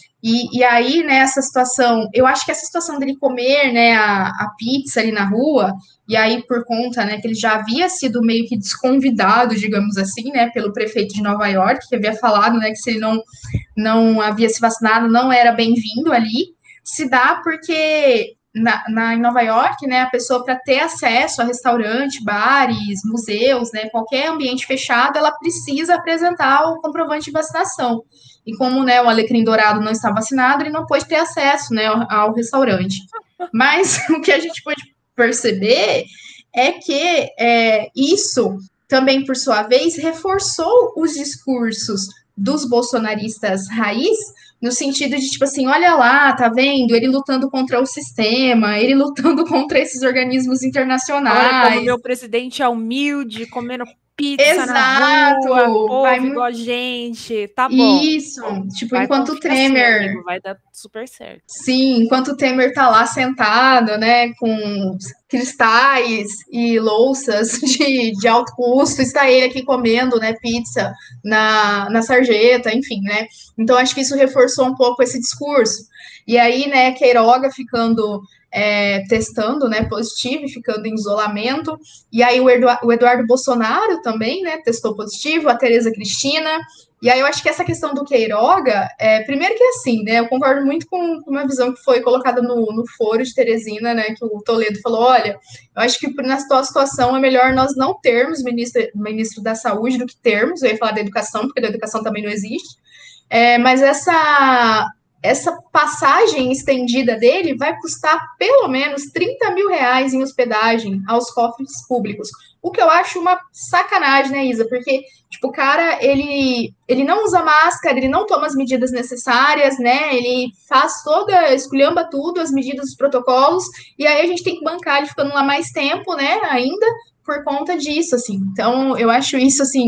E, e aí, né, essa situação, eu acho que essa situação dele comer, né, a, a pizza ali na rua, e aí por conta, né, que ele já havia sido meio que desconvidado, digamos assim, né, pelo prefeito de Nova York, que havia falado, né, que se ele não, não havia se vacinado, não era bem-vindo ali, se dá porque na, na, em Nova York, né, a pessoa para ter acesso a restaurante, bares, museus, né, qualquer ambiente fechado, ela precisa apresentar o comprovante de vacinação. E como, né, o Alecrim Dourado não está vacinado, ele não pôde ter acesso, né, ao, ao restaurante. Mas o que a gente pode perceber é que é, isso também, por sua vez, reforçou os discursos dos bolsonaristas raiz, no sentido de, tipo assim, olha lá, tá vendo? Ele lutando contra o sistema, ele lutando contra esses organismos internacionais. Olha como meu presidente é humilde, comendo pizza Exato, na rua, povo vai igual a gente, tá bom. Isso, tipo, vai enquanto o Temer... Temer... Assim, vai dar super certo. Sim, enquanto o Temer tá lá sentado, né, com cristais e louças de, de alto custo, está ele aqui comendo, né, pizza na, na sarjeta, enfim, né. Então, acho que isso reforçou um pouco esse discurso. E aí, né, Queiroga ficando... É, testando, né, positivo e ficando em isolamento, e aí o Eduardo, o Eduardo Bolsonaro também, né, testou positivo, a Tereza Cristina, e aí eu acho que essa questão do Queiroga, é, primeiro que assim, né, eu concordo muito com uma visão que foi colocada no, no foro de Teresina, né, que o Toledo falou, olha, eu acho que na atual situação é melhor nós não termos ministro, ministro da Saúde do que termos, eu ia falar da educação, porque da educação também não existe, é, mas essa... essa passagem estendida dele vai custar pelo menos trinta mil reais em hospedagem aos cofres públicos. O que eu acho uma sacanagem, né, Isa? Porque, tipo, o cara, ele, ele não usa máscara, ele não toma as medidas necessárias, né? Ele faz toda, esculhamba tudo, as medidas, os protocolos, e aí a gente tem que bancar ele ficando lá mais tempo, né, ainda, por conta disso, assim. Então, eu acho isso, assim...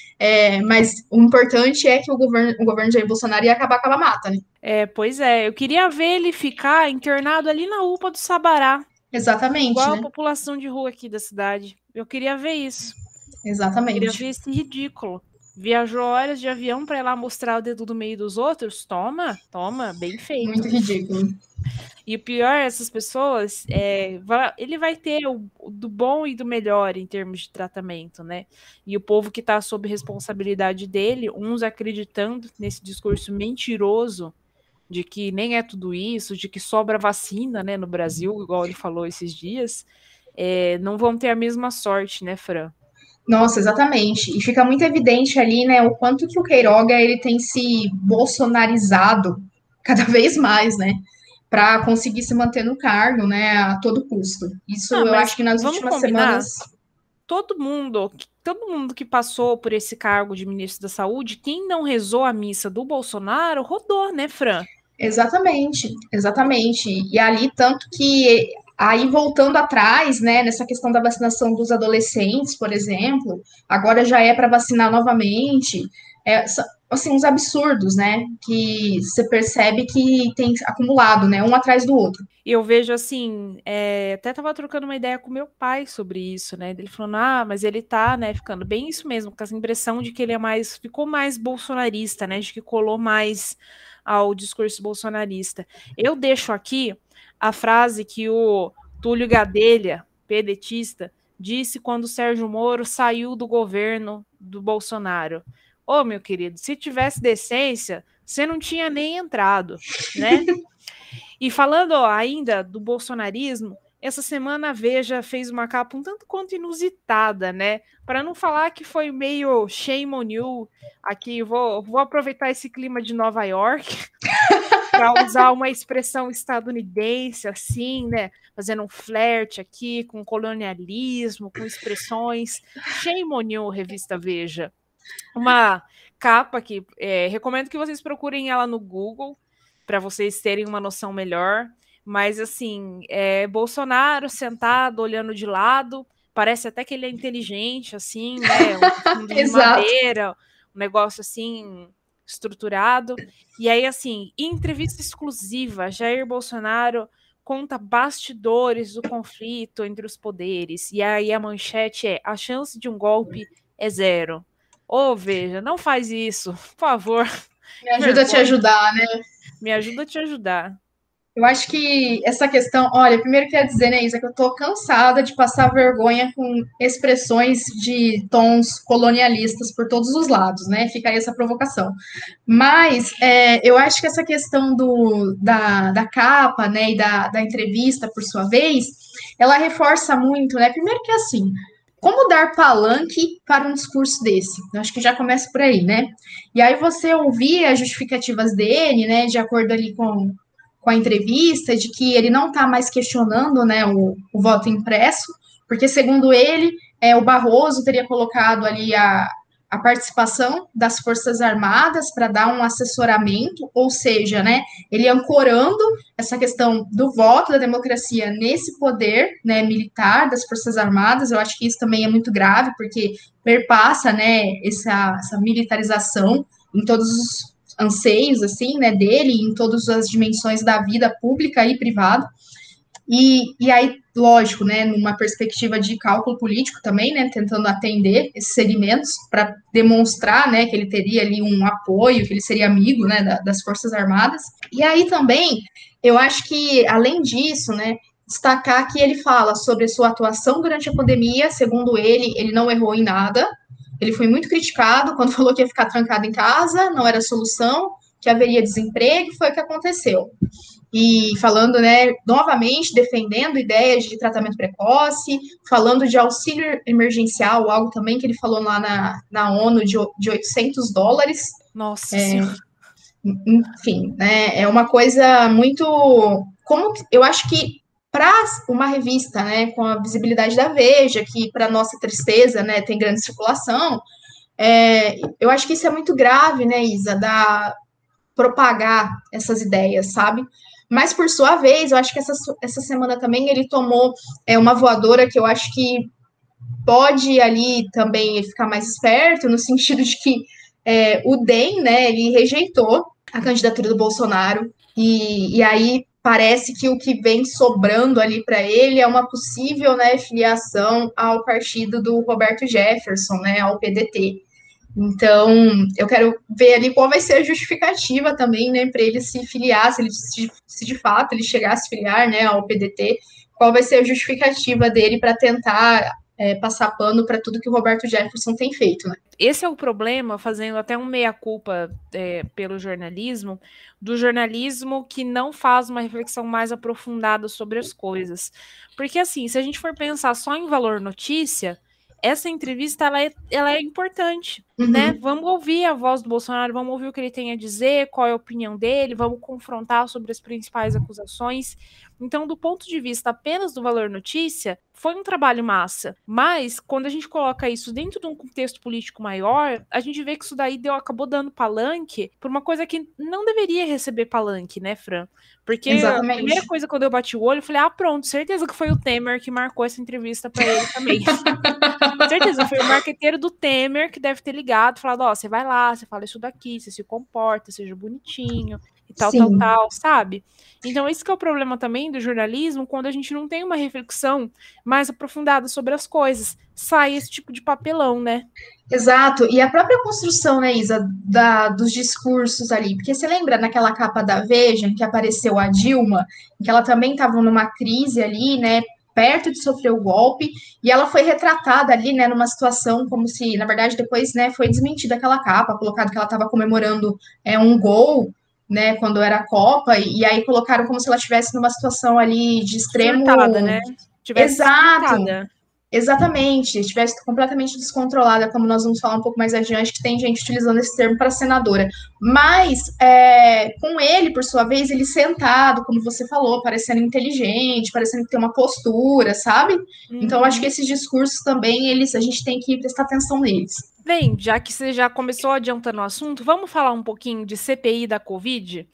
É, mas o importante é que o governo, o governo de Jair Bolsonaro ia acabar com a mata, né? É, pois é. Eu queria ver ele ficar internado ali na U P A do Sabará. Exatamente, igual né? A população de rua aqui da cidade. Eu queria ver isso. Exatamente. Eu queria ver esse ridículo. Viajou horas de avião para ir lá mostrar o dedo do meio dos outros? Toma, toma, bem feito. Muito ridículo. E o pior, essas pessoas, é, vai, ele vai ter o, o do bom e do melhor em termos de tratamento, né? E o povo que está sob responsabilidade dele, uns acreditando nesse discurso mentiroso de que nem é tudo isso, de que sobra vacina, né, no Brasil, igual ele falou esses dias, é, não vão ter a mesma sorte, né, Fran? Nossa, exatamente. E fica muito evidente ali, né, o quanto que o Queiroga ele tem se bolsonarizado cada vez mais, né? Para conseguir se manter no cargo, né, a todo custo. Isso ah, eu acho que nas últimas combinar? semanas. Todo mundo, todo mundo que passou por esse cargo de ministro da Saúde, quem não rezou a missa do Bolsonaro, rodou, né, Fran? Exatamente, exatamente. E ali, tanto que aí voltando atrás, né, nessa questão da vacinação dos adolescentes, por exemplo, agora já é para vacinar novamente. É, assim, uns absurdos, né? Que você percebe que tem acumulado, né? Um atrás do outro. E eu vejo assim, é, até tava trocando uma ideia com meu pai sobre isso, né? Ele falando, ah, mas ele tá, né, ficando bem isso mesmo, com essa impressão de que ele é mais, ficou mais bolsonarista, né? De que colou mais ao discurso bolsonarista. Eu deixo aqui a frase que o Túlio Gadelha, pedetista, disse quando o Sérgio Moro saiu do governo do Bolsonaro. Ô, meu querido, se tivesse decência, você não tinha nem entrado, né? E falando ó, ainda do bolsonarismo, essa semana a Veja fez uma capa um tanto quanto inusitada, né? Para não falar que foi meio shame on you, aqui vou, vou aproveitar esse clima de Nova York para usar uma expressão estadunidense, assim, né? Fazendo um flerte aqui com colonialismo, com expressões. Shame on you, revista Veja. Uma capa que é, recomendo que vocês procurem ela no Google para vocês terem uma noção melhor. Mas assim, é Bolsonaro sentado, olhando de lado, parece até que ele é inteligente, assim, né? Um fundo de madeira, um negócio assim estruturado. E aí, assim, em entrevista exclusiva, Jair Bolsonaro conta bastidores do conflito entre os poderes. E aí a manchete é: a chance de um golpe é zero. Ô, Veja, não faz isso, por favor. Me ajuda a te ajudar, né? Me ajuda a te ajudar. Eu acho que essa questão, olha, primeiro quero dizer, né, Isa, que eu tô cansada de passar vergonha com expressões de tons colonialistas por todos os lados, né? Fica aí essa provocação. Mas é, eu acho que essa questão do, da, da capa, né, e da, da entrevista, por sua vez, ela reforça muito, né? Primeiro que assim, como dar palanque para um discurso desse? Eu acho que já começa por aí, né? E aí você ouvir as justificativas dele, né, de acordo ali com com a entrevista, de que ele não está mais questionando, né, o, o voto impresso, porque, segundo ele, é, o Barroso teria colocado ali a, a participação das Forças Armadas para dar um assessoramento, ou seja, né, ele ancorando essa questão do voto, da democracia nesse poder, né, militar das Forças Armadas. Eu acho que isso também é muito grave, porque perpassa, né, essa, essa militarização em todos os anseios, assim, né, dele, em todas as dimensões da vida pública e privada. E, e aí, lógico, né, numa perspectiva de cálculo político também, né, tentando atender esses segmentos para demonstrar, né, que ele teria ali um apoio, que ele seria amigo, né, da, das Forças Armadas. E aí também, eu acho que, além disso, né, destacar que ele fala sobre a sua atuação durante a pandemia. Segundo ele, ele não errou em nada. Ele foi muito criticado quando falou que ia ficar trancado em casa, não era solução, que haveria desemprego, foi o que aconteceu. E falando, né, novamente, defendendo ideias de tratamento precoce, falando de auxílio emergencial, algo também que ele falou lá na, na ONU, de, de oitocentos dólares. Nossa é, Senhora. Enfim, né, é uma coisa muito... Como eu acho que para uma revista, né, com a visibilidade da Veja, que para nossa tristeza, né, tem grande circulação, é, eu acho que isso é muito grave, né, Isa, da propagar essas ideias, sabe? Mas por sua vez, eu acho que essa, essa semana também ele tomou é, uma voadora que eu acho que pode ali também ficar mais esperto, no sentido de que é, o D E M, né, ele rejeitou a candidatura do Bolsonaro, e, e aí parece que o que vem sobrando ali para ele é uma possível, né, filiação ao partido do Roberto Jefferson, né, ao P D T. Então, eu quero ver ali qual vai ser a justificativa também, né, para ele se filiar, se, ele, se, se de fato ele chegar a se filiar, né, ao P D T, qual vai ser a justificativa dele para tentar é, passar pano para tudo que o Roberto Jefferson tem feito, né? Esse é o problema, fazendo até um meia-culpa é, pelo jornalismo, do jornalismo que não faz uma reflexão mais aprofundada sobre as coisas. Porque, assim, se a gente for pensar só em valor notícia, essa entrevista ela é, ela é importante, uhum. né? Vamos ouvir a voz do Bolsonaro, vamos ouvir o que ele tem a dizer, qual é a opinião dele, vamos confrontar sobre as principais acusações. Então, do ponto de vista apenas do valor notícia, foi um trabalho massa. Mas, quando a gente coloca isso dentro de um contexto político maior, a gente vê que isso daí deu, acabou dando palanque por uma coisa que não deveria receber palanque, né, Fran? Porque a primeira Exatamente. coisa, quando eu bati o olho, eu falei, ah, pronto, certeza que foi o Temer que marcou essa entrevista pra ele também. Certeza, foi o marqueteiro do Temer que deve ter ligado, falado, ó, você vai lá, você fala isso daqui, você se comporta, seja bonitinho, e tal, Sim. tal, tal, sabe? Então, esse que é o problema também do jornalismo, quando a gente não tem uma reflexão mais aprofundada sobre as coisas. Sai esse tipo de papelão, né? Exato, e a própria construção, né, Isa, da, dos discursos ali, porque você lembra naquela capa da Veja, em que apareceu a Dilma, em que ela também estava numa crise ali, né, perto de sofrer o golpe, e ela foi retratada ali, né, numa situação como se, na verdade, depois, né, foi desmentida aquela capa, colocado que ela estava comemorando é, um gol, né, quando era a Copa, e, e aí colocaram como se ela estivesse numa situação ali de extremo... Surtada, né? Tivesse Exato, surtada. exatamente, estivesse completamente descontrolada, como nós vamos falar um pouco mais adiante, que tem gente utilizando esse termo para senadora. Mas, é, com ele, por sua vez, ele sentado, como você falou, parecendo inteligente, parecendo que tem uma postura, sabe? Uhum. Então, acho que esses discursos também, eles, a gente tem que prestar atenção neles. Bem, já que você já começou adiantando o assunto, vamos falar um pouquinho de C P I da Covid?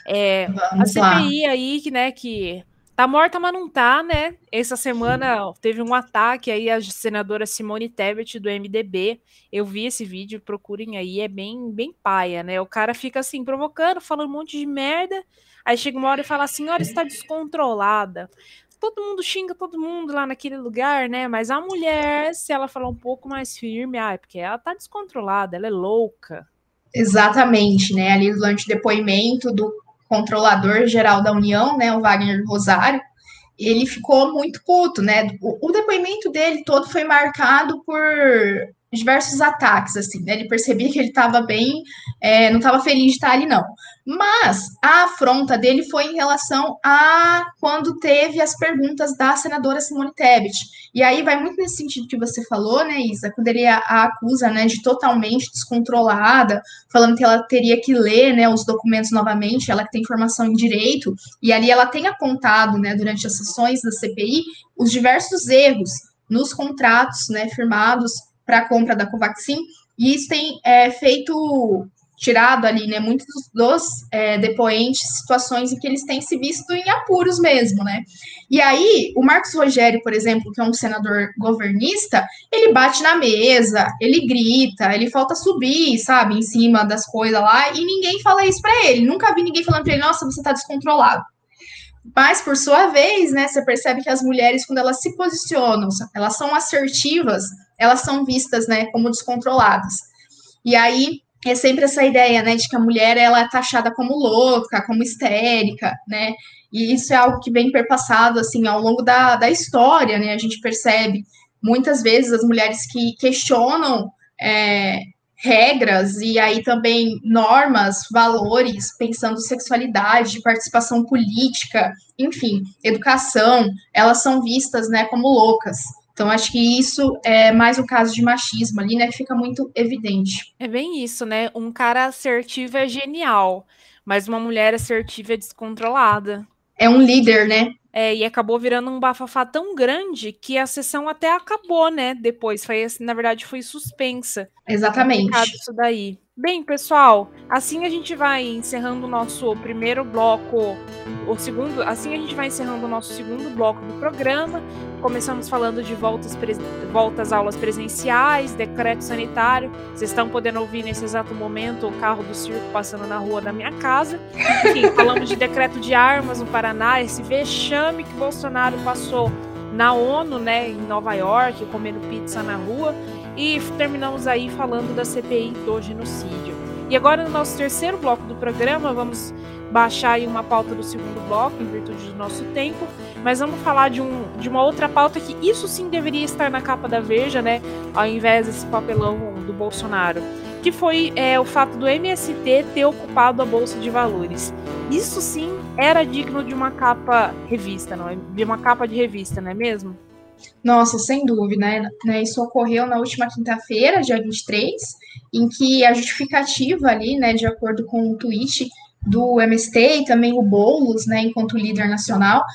É, Vamos a lá. C P I aí, né, que tá morta, mas não tá, né? Essa semana teve um ataque aí à senadora Simone Tebet, do M D B. Eu vi esse vídeo, procurem aí, é bem, bem paia, né? O cara fica assim, provocando, falando um monte de merda, aí chega uma hora e fala assim, senhora está descontrolada. Todo mundo xinga todo mundo lá naquele lugar, né? Mas a mulher, se ela falar um pouco mais firme, ah, é porque ela tá descontrolada, ela é louca. Exatamente, né? Ali durante o depoimento do controlador geral da União, né, o Wagner Rosário, ele ficou muito puto, né? O, o depoimento dele todo foi marcado por diversos ataques, assim, né? Ele percebia que ele estava bem, é, não estava feliz de estar ali, não. Mas a afronta dele foi em relação a quando teve as perguntas da senadora Simone Tebet. E aí vai muito nesse sentido que você falou, né, Isa? Quando ele a, a acusa, né, de totalmente descontrolada, falando que ela teria que ler, né, os documentos novamente, ela que tem formação em direito, e ali ela tem apontado, né, durante as sessões da C P I, os diversos erros nos contratos, né, firmados para a compra da Covaxin, e isso tem é, feito, tirado ali, né, muitos dos é, depoentes, situações em que eles têm se visto em apuros mesmo, né. E aí, o Marcos Rogério, por exemplo, que é um senador governista, ele bate na mesa, ele grita, ele falta subir, sabe, em cima das coisas lá, e ninguém fala isso para ele. Nunca vi ninguém falando para ele, nossa, você tá descontrolado. Mas, por sua vez, né, você percebe que as mulheres, quando elas se posicionam, elas são assertivas, elas são vistas, né, como descontroladas. E aí, é sempre essa ideia, né, de que a mulher, ela é taxada como louca, como histérica, né, e isso é algo que vem perpassado, assim, ao longo da, da história, né, a gente percebe muitas vezes as mulheres que questionam é, regras e aí também normas, valores, pensando sexualidade, participação política, enfim, educação, elas são vistas, né, como loucas. Então, acho que isso é mais um caso de machismo ali, né, que fica muito evidente. É bem isso, né? Um cara assertivo é genial, mas uma mulher assertiva é descontrolada. É um líder, né? É, e acabou virando um bafafá tão grande que a sessão até acabou, né? Depois, foi, na verdade, foi suspensa. Exatamente. Complicado isso daí. Bem, pessoal, assim a gente vai encerrando o nosso primeiro bloco, o segundo, assim a gente vai encerrando o nosso segundo bloco do programa. Começamos falando de voltas, pres, voltas às aulas presenciais, decreto sanitário. Vocês estão podendo ouvir nesse exato momento o carro do circo passando na rua da minha casa. Enfim, falamos de decreto de armas no Paraná, esse vexame que Bolsonaro passou na ONU, né, em Nova York, comendo pizza na rua. E terminamos aí falando da C P I do genocídio. E agora, no nosso terceiro bloco do programa, vamos baixar aí uma pauta do segundo bloco, em virtude do nosso tempo, mas vamos falar de, um, de uma outra pauta que isso sim deveria estar na capa da Veja, né, ao invés desse papelão do Bolsonaro, que foi é, o fato do M S T ter ocupado a Bolsa de Valores. Isso sim era digno de uma capa revista, não é? De uma capa de revista, não é mesmo? Nossa, sem dúvida, né? Isso ocorreu na última quinta-feira, dia vinte e três, em que a justificativa ali, né, de acordo com o tweet do M S T e também o Boulos, né, enquanto líder nacional,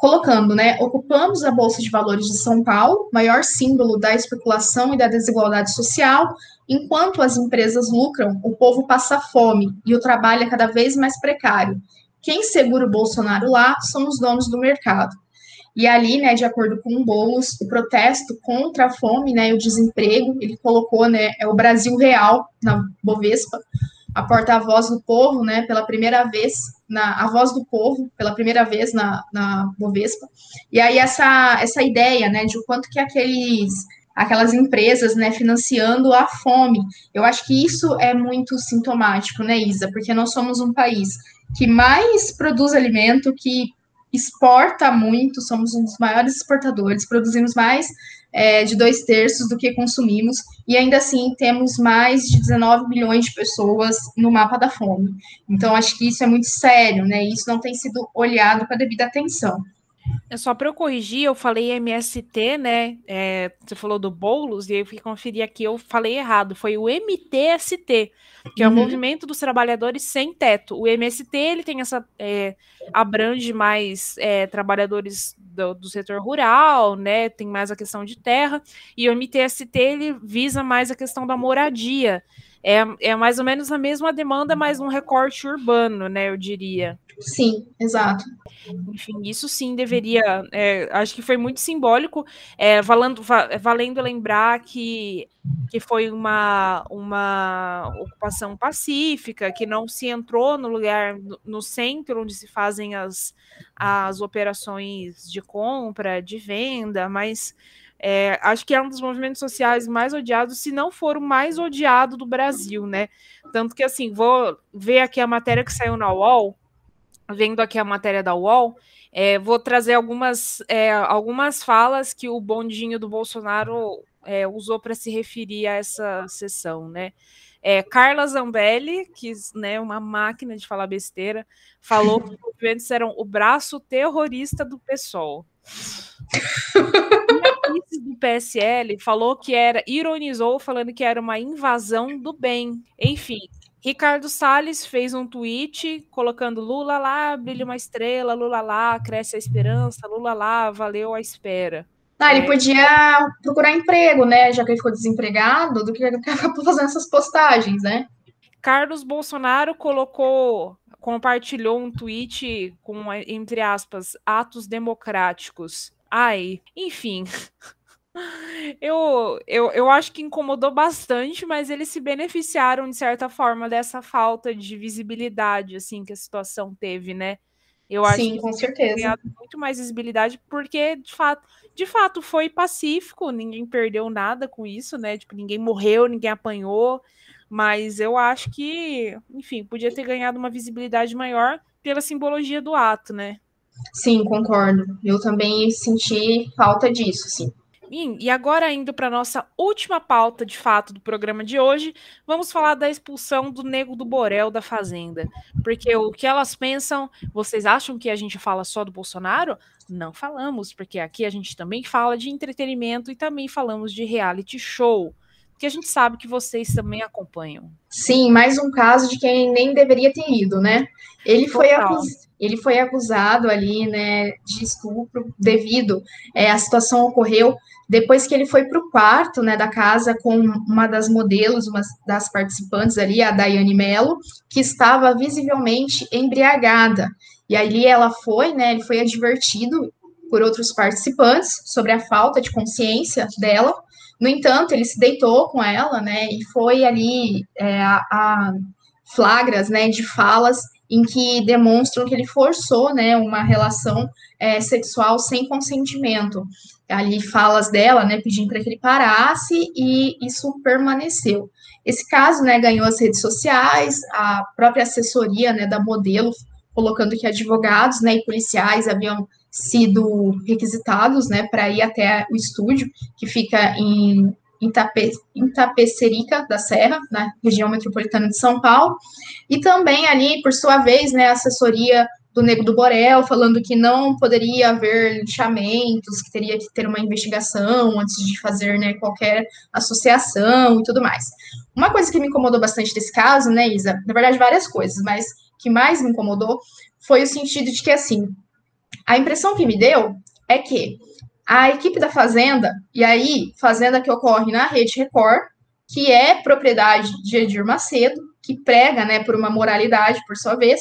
colocando, né, ocupamos a Bolsa de Valores de São Paulo, maior símbolo da especulação e da desigualdade social, enquanto as empresas lucram, o povo passa fome e o trabalho é cada vez mais precário. Quem segura o Bolsonaro lá são os donos do mercado. E ali, né, de acordo com o Boulos, o protesto contra a fome, né, e o desemprego, ele colocou, né, é o Brasil Real na Bovespa, a porta-voz do povo, né, pela primeira vez, na, a voz do povo, pela primeira vez na, na Bovespa. E aí essa, essa ideia, né, de o quanto que aqueles, aquelas empresas, né, financiando a fome, eu acho que isso é muito sintomático, né, Isa, porque nós somos um país que mais produz alimento, que exporta muito, somos um dos maiores exportadores, produzimos mais é, de dois terços do que consumimos, e ainda assim temos mais de dezenove milhões de pessoas no mapa da fome. Então, acho que isso é muito sério, né? Isso não tem sido olhado com a devida atenção. É só para eu corrigir, eu falei M S T, né? É, você falou do Boulos, e eu fui conferir aqui, eu falei errado. Foi o M T S T, que é o Movimento dos Trabalhadores Sem Teto. O M S T, ele tem essa... É, abrange mais é, trabalhadores do, do setor rural, né? Tem mais a questão de terra. E o M T S T, ele visa mais a questão da moradia. É, é mais ou menos a mesma demanda, mas um recorte urbano, né? Eu diria. Sim, exato. Enfim, isso sim deveria, é, acho que foi muito simbólico, é, valendo, valendo lembrar que, que foi uma, uma ocupação pacífica, que não se entrou no lugar, no, no centro onde se fazem as, as operações de compra, de venda, mas é, acho que é um dos movimentos sociais mais odiados, se não for o mais odiado do Brasil, né? Tanto que, assim, vou ver aqui a matéria que saiu na U O L, vendo aqui a matéria da U O L, é, vou trazer algumas, é, algumas falas que o bondinho do Bolsonaro é, usou para se referir a essa sessão, né? É, Carla Zambelli, que é né, uma máquina de falar besteira, falou que os movimentos eram o braço terrorista do PSOL. E a vice do P S L falou que era, ironizou, falando que era uma invasão do bem. Enfim, Ricardo Salles fez um tweet colocando Lula lá, brilha uma estrela, Lula lá, cresce a esperança, Lula lá, valeu a espera. Ah, ele é... podia procurar emprego, né? Já que ele ficou desempregado, do que ele acabou fazendo essas postagens, né? Carlos Bolsonaro colocou, compartilhou um tweet com, entre aspas, atos democráticos. Ai, enfim... Eu, eu, eu acho que incomodou bastante, mas eles se beneficiaram, de certa forma, dessa falta de visibilidade, assim, que a situação teve, né? Eu acho Sim, que com certeza. ganhado muito mais visibilidade, porque, de fato, de fato, foi pacífico, ninguém perdeu nada com isso, né? Tipo, ninguém morreu, ninguém apanhou, mas eu acho que, enfim, podia ter ganhado uma visibilidade maior pela simbologia do ato, né? Sim, concordo. Eu também senti falta disso, sim. E agora, indo para a nossa última pauta, de fato, do programa de hoje, vamos falar da expulsão do Nego do Borel da Fazenda. Porque o que elas pensam, vocês acham que a gente fala só do Bolsonaro? Não falamos, porque aqui a gente também fala de entretenimento e também falamos de reality show, que a gente sabe que vocês também acompanham. Sim, mais um caso de quem nem deveria ter ido, né? Ele foi, acus... Ele foi acusado ali, né, de estupro devido é, a situação ocorreu depois que ele foi para o quarto, né, da casa com uma das modelos, uma das participantes ali, a Daiane Mello, que estava visivelmente embriagada. E ali ela foi, né, ele foi advertido por outros participantes sobre a falta de consciência dela. No entanto, ele se deitou com ela, né, e foi ali é, a, a flagras, né, de falas em que demonstram que ele forçou, né, uma relação é, sexual sem consentimento. Ali falas dela, né, pedindo para que ele parasse e isso permaneceu. Esse caso, né, ganhou as redes sociais, a própria assessoria, né, da modelo, colocando que advogados, né, e policiais haviam sido requisitados, né, para ir até o estúdio, que fica em Itape, Itapecerica da Serra, na região metropolitana de São Paulo, e também ali, por sua vez, né, a assessoria do Nego do Borel, falando que não poderia haver linchamentos, que teria que ter uma investigação antes de fazer, né, qualquer associação e tudo mais. Uma coisa que me incomodou bastante desse caso, né, Isa, na verdade várias coisas, mas que mais me incomodou foi o sentido de que, assim, A impressão que me deu é que a equipe da Fazenda, e aí, Fazenda que ocorre na Rede Record, que é propriedade de Edir Macedo, que prega, né, por uma moralidade, por sua vez,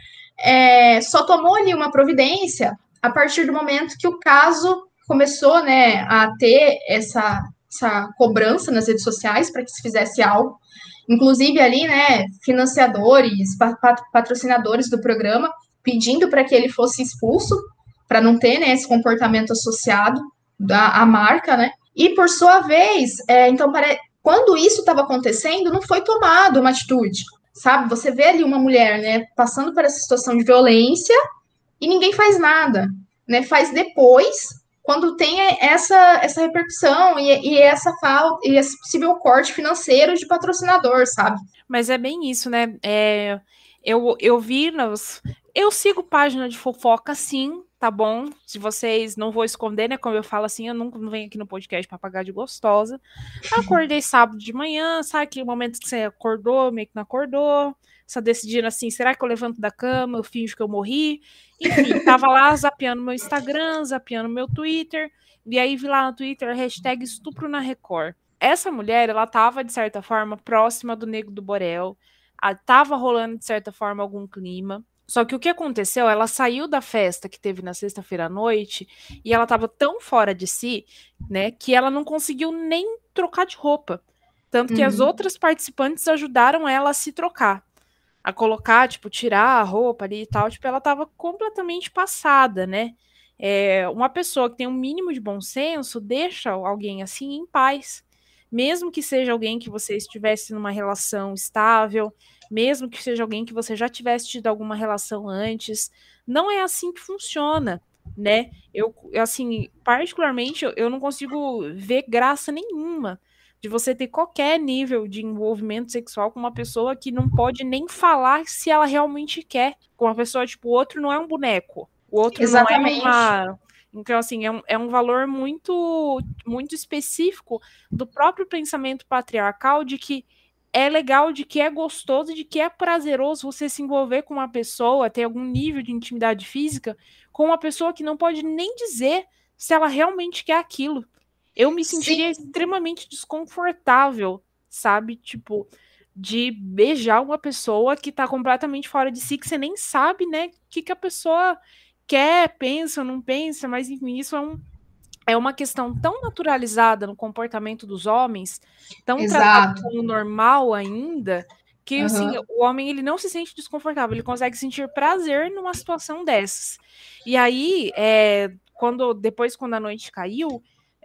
é, só tomou ali uma providência a partir do momento que o caso começou, né, a ter essa, essa cobrança nas redes sociais para que se fizesse algo. Inclusive ali, né, financiadores, patrocinadores do programa pedindo para que ele fosse expulso, para não ter, né, esse comportamento associado à, à marca, né? E por sua vez, é, então, para, quando isso estava acontecendo, não foi tomada uma atitude, sabe? Você vê ali uma mulher, né, passando por essa situação de violência e ninguém faz nada, né? Faz depois, quando tem essa, essa repercussão e, e essa falta e esse possível corte financeiro de patrocinador, sabe? Mas é bem isso, né? É, eu, eu vi nos. Eu sigo página de fofoca, sim, tá bom? Se vocês não vou esconder, né? Como eu falo assim, eu nunca não venho aqui no podcast pra pagar de gostosa. Eu acordei sábado de manhã, sabe aquele momento que você acordou, meio que não acordou, só decidindo assim, será que eu levanto da cama, eu finjo que eu morri? Enfim, tava lá zapeando meu Instagram, zapeando meu Twitter, e aí vi lá no Twitter a hashtag estupro na Record. Essa mulher, ela tava, de certa forma, próxima do Nego do Borel, a, tava rolando, de certa forma, algum clima. Só que o que aconteceu, ela saiu da festa que teve na sexta-feira à noite e ela tava tão fora de si, né, que ela não conseguiu nem trocar de roupa. Tanto que uhum. as outras participantes ajudaram ela a se trocar, a colocar, tipo, tirar a roupa ali e tal. Tipo, ela tava completamente passada, né? É, uma pessoa que tem um mínimo de bom senso deixa alguém assim em paz. Mesmo que seja alguém que você estivesse numa relação estável, mesmo que seja alguém que você já tivesse tido alguma relação antes, não é assim que funciona, né? Eu, assim, particularmente, eu, eu não consigo ver graça nenhuma de você ter qualquer nível de envolvimento sexual com uma pessoa que não pode nem falar se ela realmente quer. Com uma pessoa, tipo, o outro não é um boneco, o outro Exatamente. não é uma... Então, assim, é um, é um valor muito, muito específico do próprio pensamento patriarcal de que é legal, de que é gostoso, de que é prazeroso você se envolver com uma pessoa, ter algum nível de intimidade física com uma pessoa que não pode nem dizer se ela realmente quer aquilo. Eu me sentiria Sim. extremamente desconfortável, sabe? Tipo, de beijar uma pessoa que tá completamente fora de si, que você nem sabe, né, o que, que a pessoa quer, pensa, não pensa, mas enfim, isso é, um, é uma questão tão naturalizada no comportamento dos homens, tão Exato. tratado como normal ainda, que Uhum. assim, o homem ele não se sente desconfortável, ele consegue sentir prazer numa situação dessas. E aí, é, quando, depois quando a noite caiu,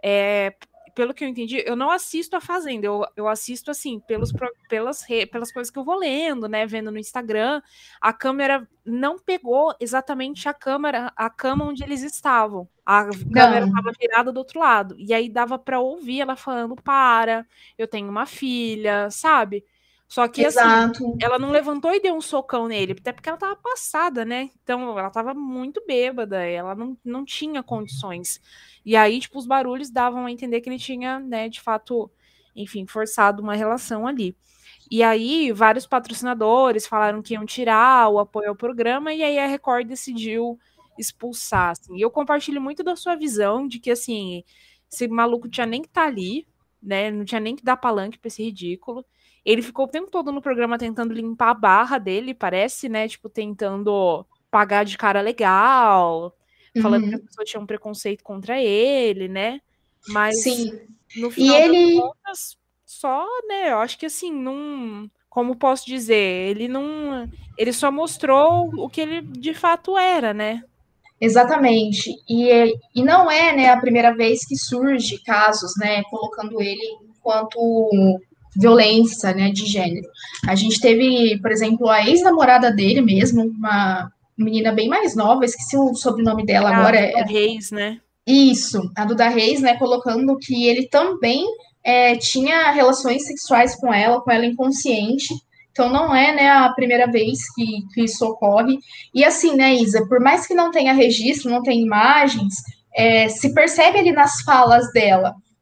é, pelo que eu entendi, eu não assisto a Fazenda, eu, eu assisto, assim, pelos, pelas, pelas coisas que eu vou lendo, né, vendo no Instagram. A câmera não pegou exatamente a câmera, a cama onde eles estavam. A câmera estava virada do outro lado. E aí dava para ouvir ela falando, para, eu tenho uma filha, sabe? Só que, Exato. assim, ela não levantou e deu um socão nele, até porque ela tava passada, né? Então, ela tava muito bêbada, ela não, não tinha condições. E aí, tipo, os barulhos davam a entender que ele tinha, né, de fato, enfim, forçado uma relação ali. E aí, vários patrocinadores falaram que iam tirar o apoio ao programa, e aí a Record decidiu expulsar, assim. E eu compartilho muito da sua visão de que, assim, esse maluco tinha nem que estar tá ali, né, não tinha nem que dar palanque pra esse ridículo. Ele ficou o tempo todo no programa tentando limpar a barra dele, parece, né, tipo, tentando pagar de cara legal, falando uhum. que as pessoas tinham um preconceito contra ele, né? Mas Sim. no final e ele... das contas, só, né? Eu acho que assim, não. Como posso dizer, ele não. Ele só mostrou o que ele de fato era, né? Exatamente. E, e não é, né, a primeira vez que surge casos, né, colocando ele enquanto violência, né, de gênero. A gente teve, por exemplo, a ex-namorada dele mesmo, uma menina bem mais nova, esqueci o sobrenome dela é agora. A Duda é... Reis, né? Isso, a Duda Reis, né, colocando que ele também é, tinha relações sexuais com ela, com ela inconsciente. Então, não é, né, a primeira vez que, que isso ocorre. E assim, né, Isa, por mais que não tenha registro, não tenha imagens, é, se percebe ali nas falas dela,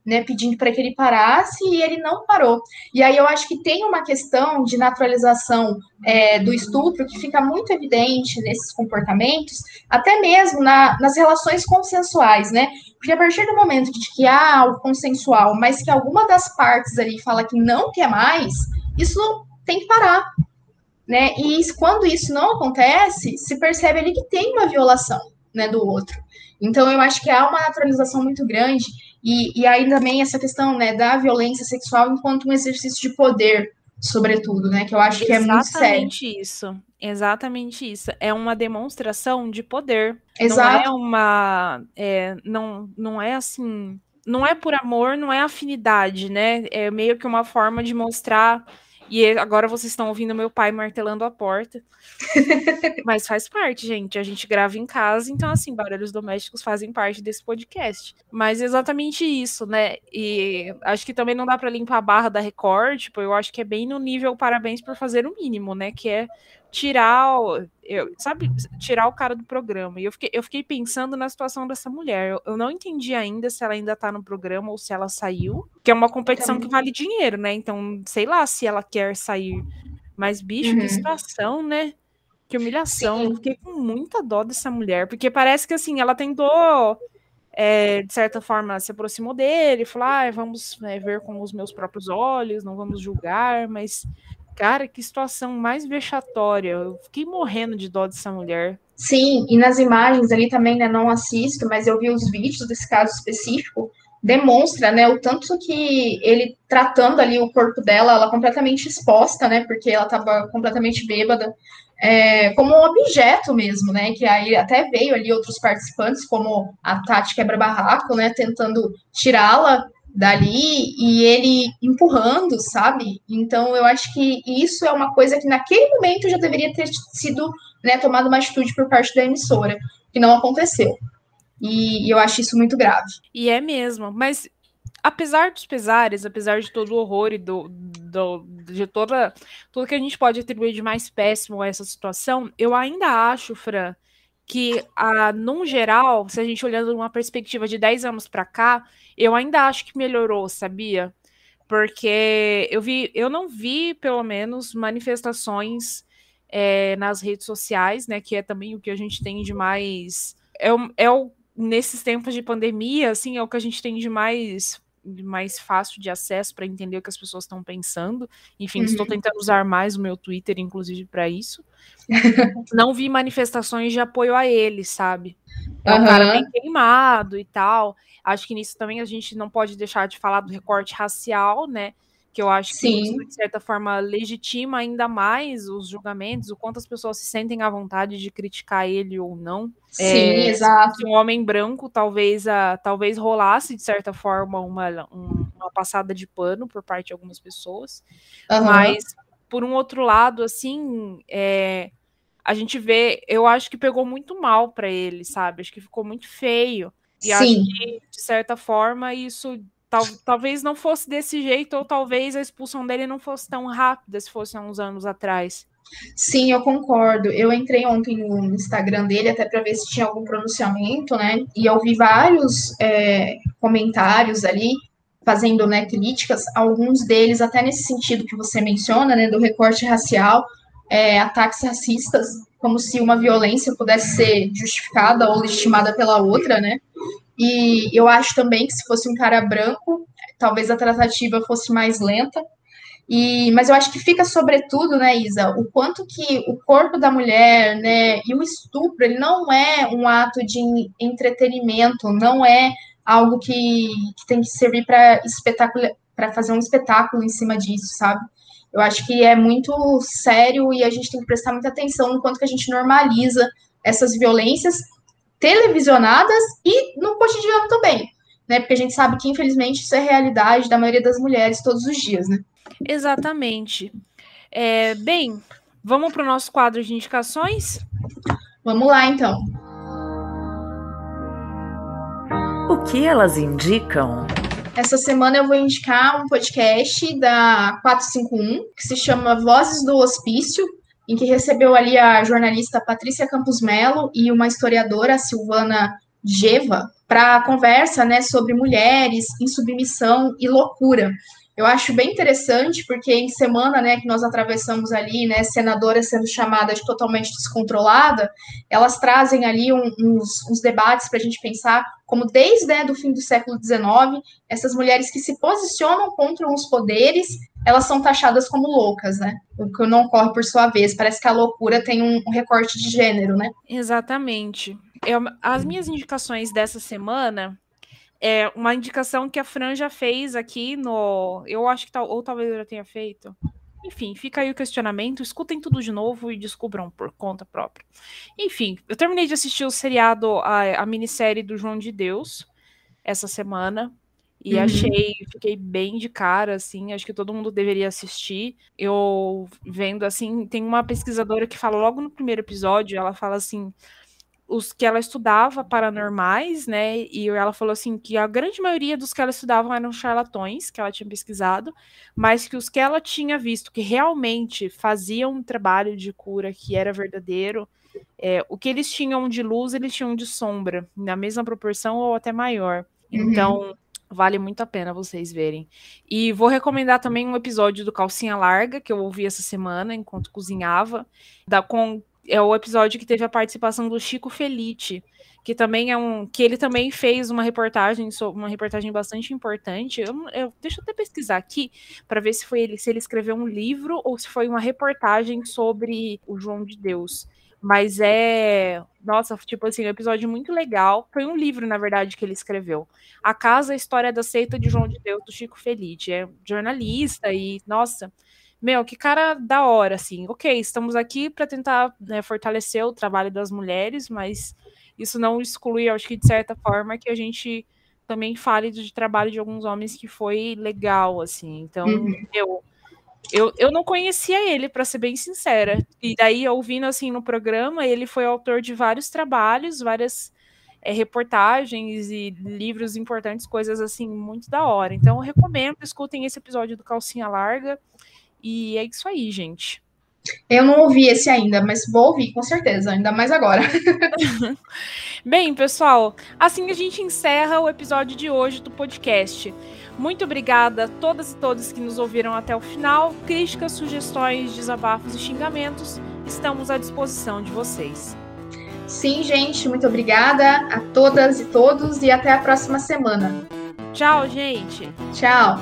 né, pedindo para que ele parasse e ele não parou. E aí eu acho que tem uma questão de naturalização é, do estupro que fica muito evidente nesses comportamentos, até mesmo na, nas relações consensuais, né? Porque a partir do momento de que há o consensual, mas que alguma das partes ali fala que não quer mais, isso tem que parar, né? E quando isso não acontece, se percebe ali que tem uma violação, né, do outro. Então eu acho que há uma naturalização muito grande e, e aí também essa questão, né, da violência sexual enquanto um exercício de poder, sobretudo, né, que eu acho que é muito sério. Exatamente isso. Exatamente isso. É uma demonstração de poder. Não é Exato. uma, é, não, não é assim, não é por amor, não é afinidade, né? É meio que uma forma de mostrar. E agora vocês estão ouvindo meu pai martelando a porta. Mas faz parte, gente. A gente grava em casa, então, assim, barulhos domésticos fazem parte desse podcast. Mas exatamente isso, né? E acho que também não dá pra limpar a barra da Record, tipo, eu acho que é bem no nível parabéns por fazer o mínimo, né? Que é tirar o, eu, sabe, tirar o cara do programa. E eu fiquei, eu fiquei pensando na situação dessa mulher. Eu, eu não entendi ainda se ela ainda tá no programa ou se ela saiu. Que é uma competição que vale dinheiro, né? Então, sei lá se ela quer sair. Mas, bicho, Uhum. que situação, né? Que humilhação. Sim. Eu fiquei com muita dó dessa mulher. Porque parece que, assim, ela tentou, é, de certa forma, se aproximou dele. Falou, ah, vamos é, ver com os meus próprios olhos, não vamos julgar. Mas, cara, que situação mais vexatória. Eu fiquei morrendo de dó dessa mulher. Sim, e nas imagens ali também, né, não assisto, mas eu vi os vídeos desse caso específico, demonstra, né, o tanto que ele tratando ali o corpo dela, ela completamente exposta, né, porque ela estava completamente bêbada, é, como um objeto mesmo, né, que aí até veio ali outros participantes, como a Tati Quebra-Barraco, né, tentando tirá-la dali e ele empurrando, sabe? Então eu acho que isso é uma coisa que naquele momento já deveria ter sido, né, tomado uma atitude por parte da emissora, que não aconteceu. E, e eu acho isso muito grave. E é mesmo, mas apesar dos pesares, apesar de todo o horror e do, do, de toda tudo que a gente pode atribuir de mais péssimo a essa situação, eu ainda acho, Fran, que, a, num geral, se a gente olhando numa perspectiva de dez anos para cá, eu ainda acho que melhorou, sabia? Porque eu vi, eu não vi, pelo menos, manifestações é, nas redes sociais, né? Que é também o que a gente tem de mais. É, o, é o, nesses tempos de pandemia, assim, é o que a gente tem de mais mais fácil de acesso para entender o que as pessoas estão pensando. Enfim, uhum. Estou tentando usar mais o meu Twitter, inclusive, para isso. Não vi manifestações de apoio a ele, sabe? É um uhum. cara bem queimado e tal. Acho que nisso também a gente não pode deixar de falar do recorte racial, né? Que eu acho Sim. que isso, de certa forma, legitima ainda mais os julgamentos, o quanto as pessoas se sentem à vontade de criticar ele ou não. Sim, é, exato. Se um homem branco talvez, a, talvez rolasse, de certa forma, uma, um, uma passada de pano por parte de algumas pessoas. Uhum. Mas, por um outro lado, assim, é, a gente vê, eu acho que pegou muito mal para ele, sabe? Acho que ficou muito feio. E Sim. acho que, de certa forma, isso tal, talvez não fosse desse jeito, ou talvez a expulsão dele não fosse tão rápida se fosse há uns anos atrás. Sim, eu concordo. Eu entrei ontem no Instagram dele até para ver se tinha algum pronunciamento, né? E eu vi vários é, comentários ali fazendo, né, críticas, alguns deles até nesse sentido que você menciona, né, do recorte racial, é, ataques racistas, como se uma violência pudesse ser justificada ou legitimada pela outra, né? E eu acho também que se fosse um cara branco, talvez a tratativa fosse mais lenta. E, mas eu acho que fica sobretudo, né, Isa, o quanto que o corpo da mulher, né, e o estupro, ele não é um ato de entretenimento, não é algo que, que tem que servir para espetáculo, para fazer um espetáculo em cima disso, sabe? Eu acho que é muito sério e a gente tem que prestar muita atenção no quanto que a gente normaliza essas violências televisionadas e no cotidiano também, né? Porque a gente sabe que, infelizmente, isso é realidade da maioria das mulheres todos os dias, né? Exatamente. É, bem, vamos para o nosso quadro de indicações? Vamos lá, então. O que elas indicam? Essa semana eu vou indicar um podcast da quatro cinco um, que se chama Vozes do Hospício, em que recebeu ali a jornalista Patrícia Campos Melo e uma historiadora, a Silvana Geva, para a conversa, né, sobre mulheres em submissão e loucura. Eu acho bem interessante, porque em semana, né, que nós atravessamos ali, né, senadora sendo chamada de totalmente descontrolada, elas trazem ali um, uns, uns debates para a gente pensar como desde né, do fim do século dezenove, essas mulheres que se posicionam contra os poderes, elas são taxadas como loucas, né? O que não ocorre por sua vez. Parece que a loucura tem um, um recorte de gênero, né? Exatamente. Eu, as minhas indicações dessa semana... É uma indicação que a Fran já fez aqui no... Eu acho que tal, ou talvez eu já tenha feito. Enfim, fica aí o questionamento. Escutem tudo de novo e descubram por conta própria. Enfim, eu terminei de assistir o seriado, a, a minissérie do João de Deus, essa semana. E uhum. achei, fiquei bem de cara, assim, acho que todo mundo deveria assistir. Eu vendo, assim, tem uma pesquisadora que fala logo no primeiro episódio, ela fala assim... os que ela estudava paranormais, né, e ela falou assim que a grande maioria dos que ela estudava eram charlatões, que ela tinha pesquisado, mas que os que ela tinha visto que realmente faziam um trabalho de cura que era verdadeiro, é, o que eles tinham de luz, eles tinham de sombra, na mesma proporção ou até maior. Então, uhum. vale muito a pena vocês verem. E vou recomendar também um episódio do Calcinha Larga, que eu ouvi essa semana, enquanto cozinhava, da, com é o episódio que teve a participação do Chico Felitti, que também é um, que ele também fez uma reportagem, uma reportagem bastante importante. Eu, eu, deixa eu até pesquisar aqui para ver se foi ele, se ele escreveu um livro ou se foi uma reportagem sobre o João de Deus. Mas é, nossa, tipo assim, um episódio muito legal. Foi um livro, na verdade, que ele escreveu. A Casa, a História da Seita de João de Deus, do Chico Felitti. É jornalista e, nossa... Meu, que cara da hora, assim. Ok, estamos aqui para tentar né, fortalecer o trabalho das mulheres, mas isso não exclui, acho que de certa forma, que a gente também fale de trabalho de alguns homens que foi legal, assim. Então, uhum. eu, eu, eu não conhecia ele, para ser bem sincera. E daí, ouvindo, assim, no programa, ele foi autor de vários trabalhos, várias é, reportagens e livros importantes, coisas, assim, muito da hora. Então, eu recomendo, escutem esse episódio do Calcinha Larga. E é isso aí, gente. Eu não ouvi esse ainda, mas vou ouvir, com certeza, ainda mais agora. Bem, pessoal, assim a gente encerra o episódio de hoje do podcast. Muito obrigada a todas e todos que nos ouviram até o final. Críticas, sugestões, desabafos e xingamentos, estamos à disposição de vocês. Sim, gente, muito obrigada a todas e todos e até a próxima semana. Tchau, gente. Tchau.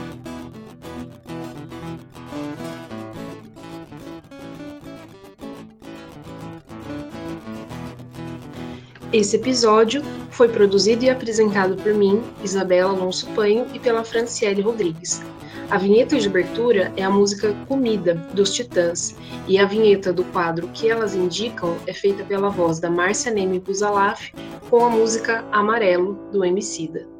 Esse episódio foi produzido e apresentado por mim, Isabela Alonso Panho, e pela Franciele Rodrigues. A vinheta de abertura é a música Comida, dos Titãs, e a vinheta do quadro Que Elas Indicam é feita pela voz da Márcia Neme Buzalaf com a música Amarelo, do Emicida.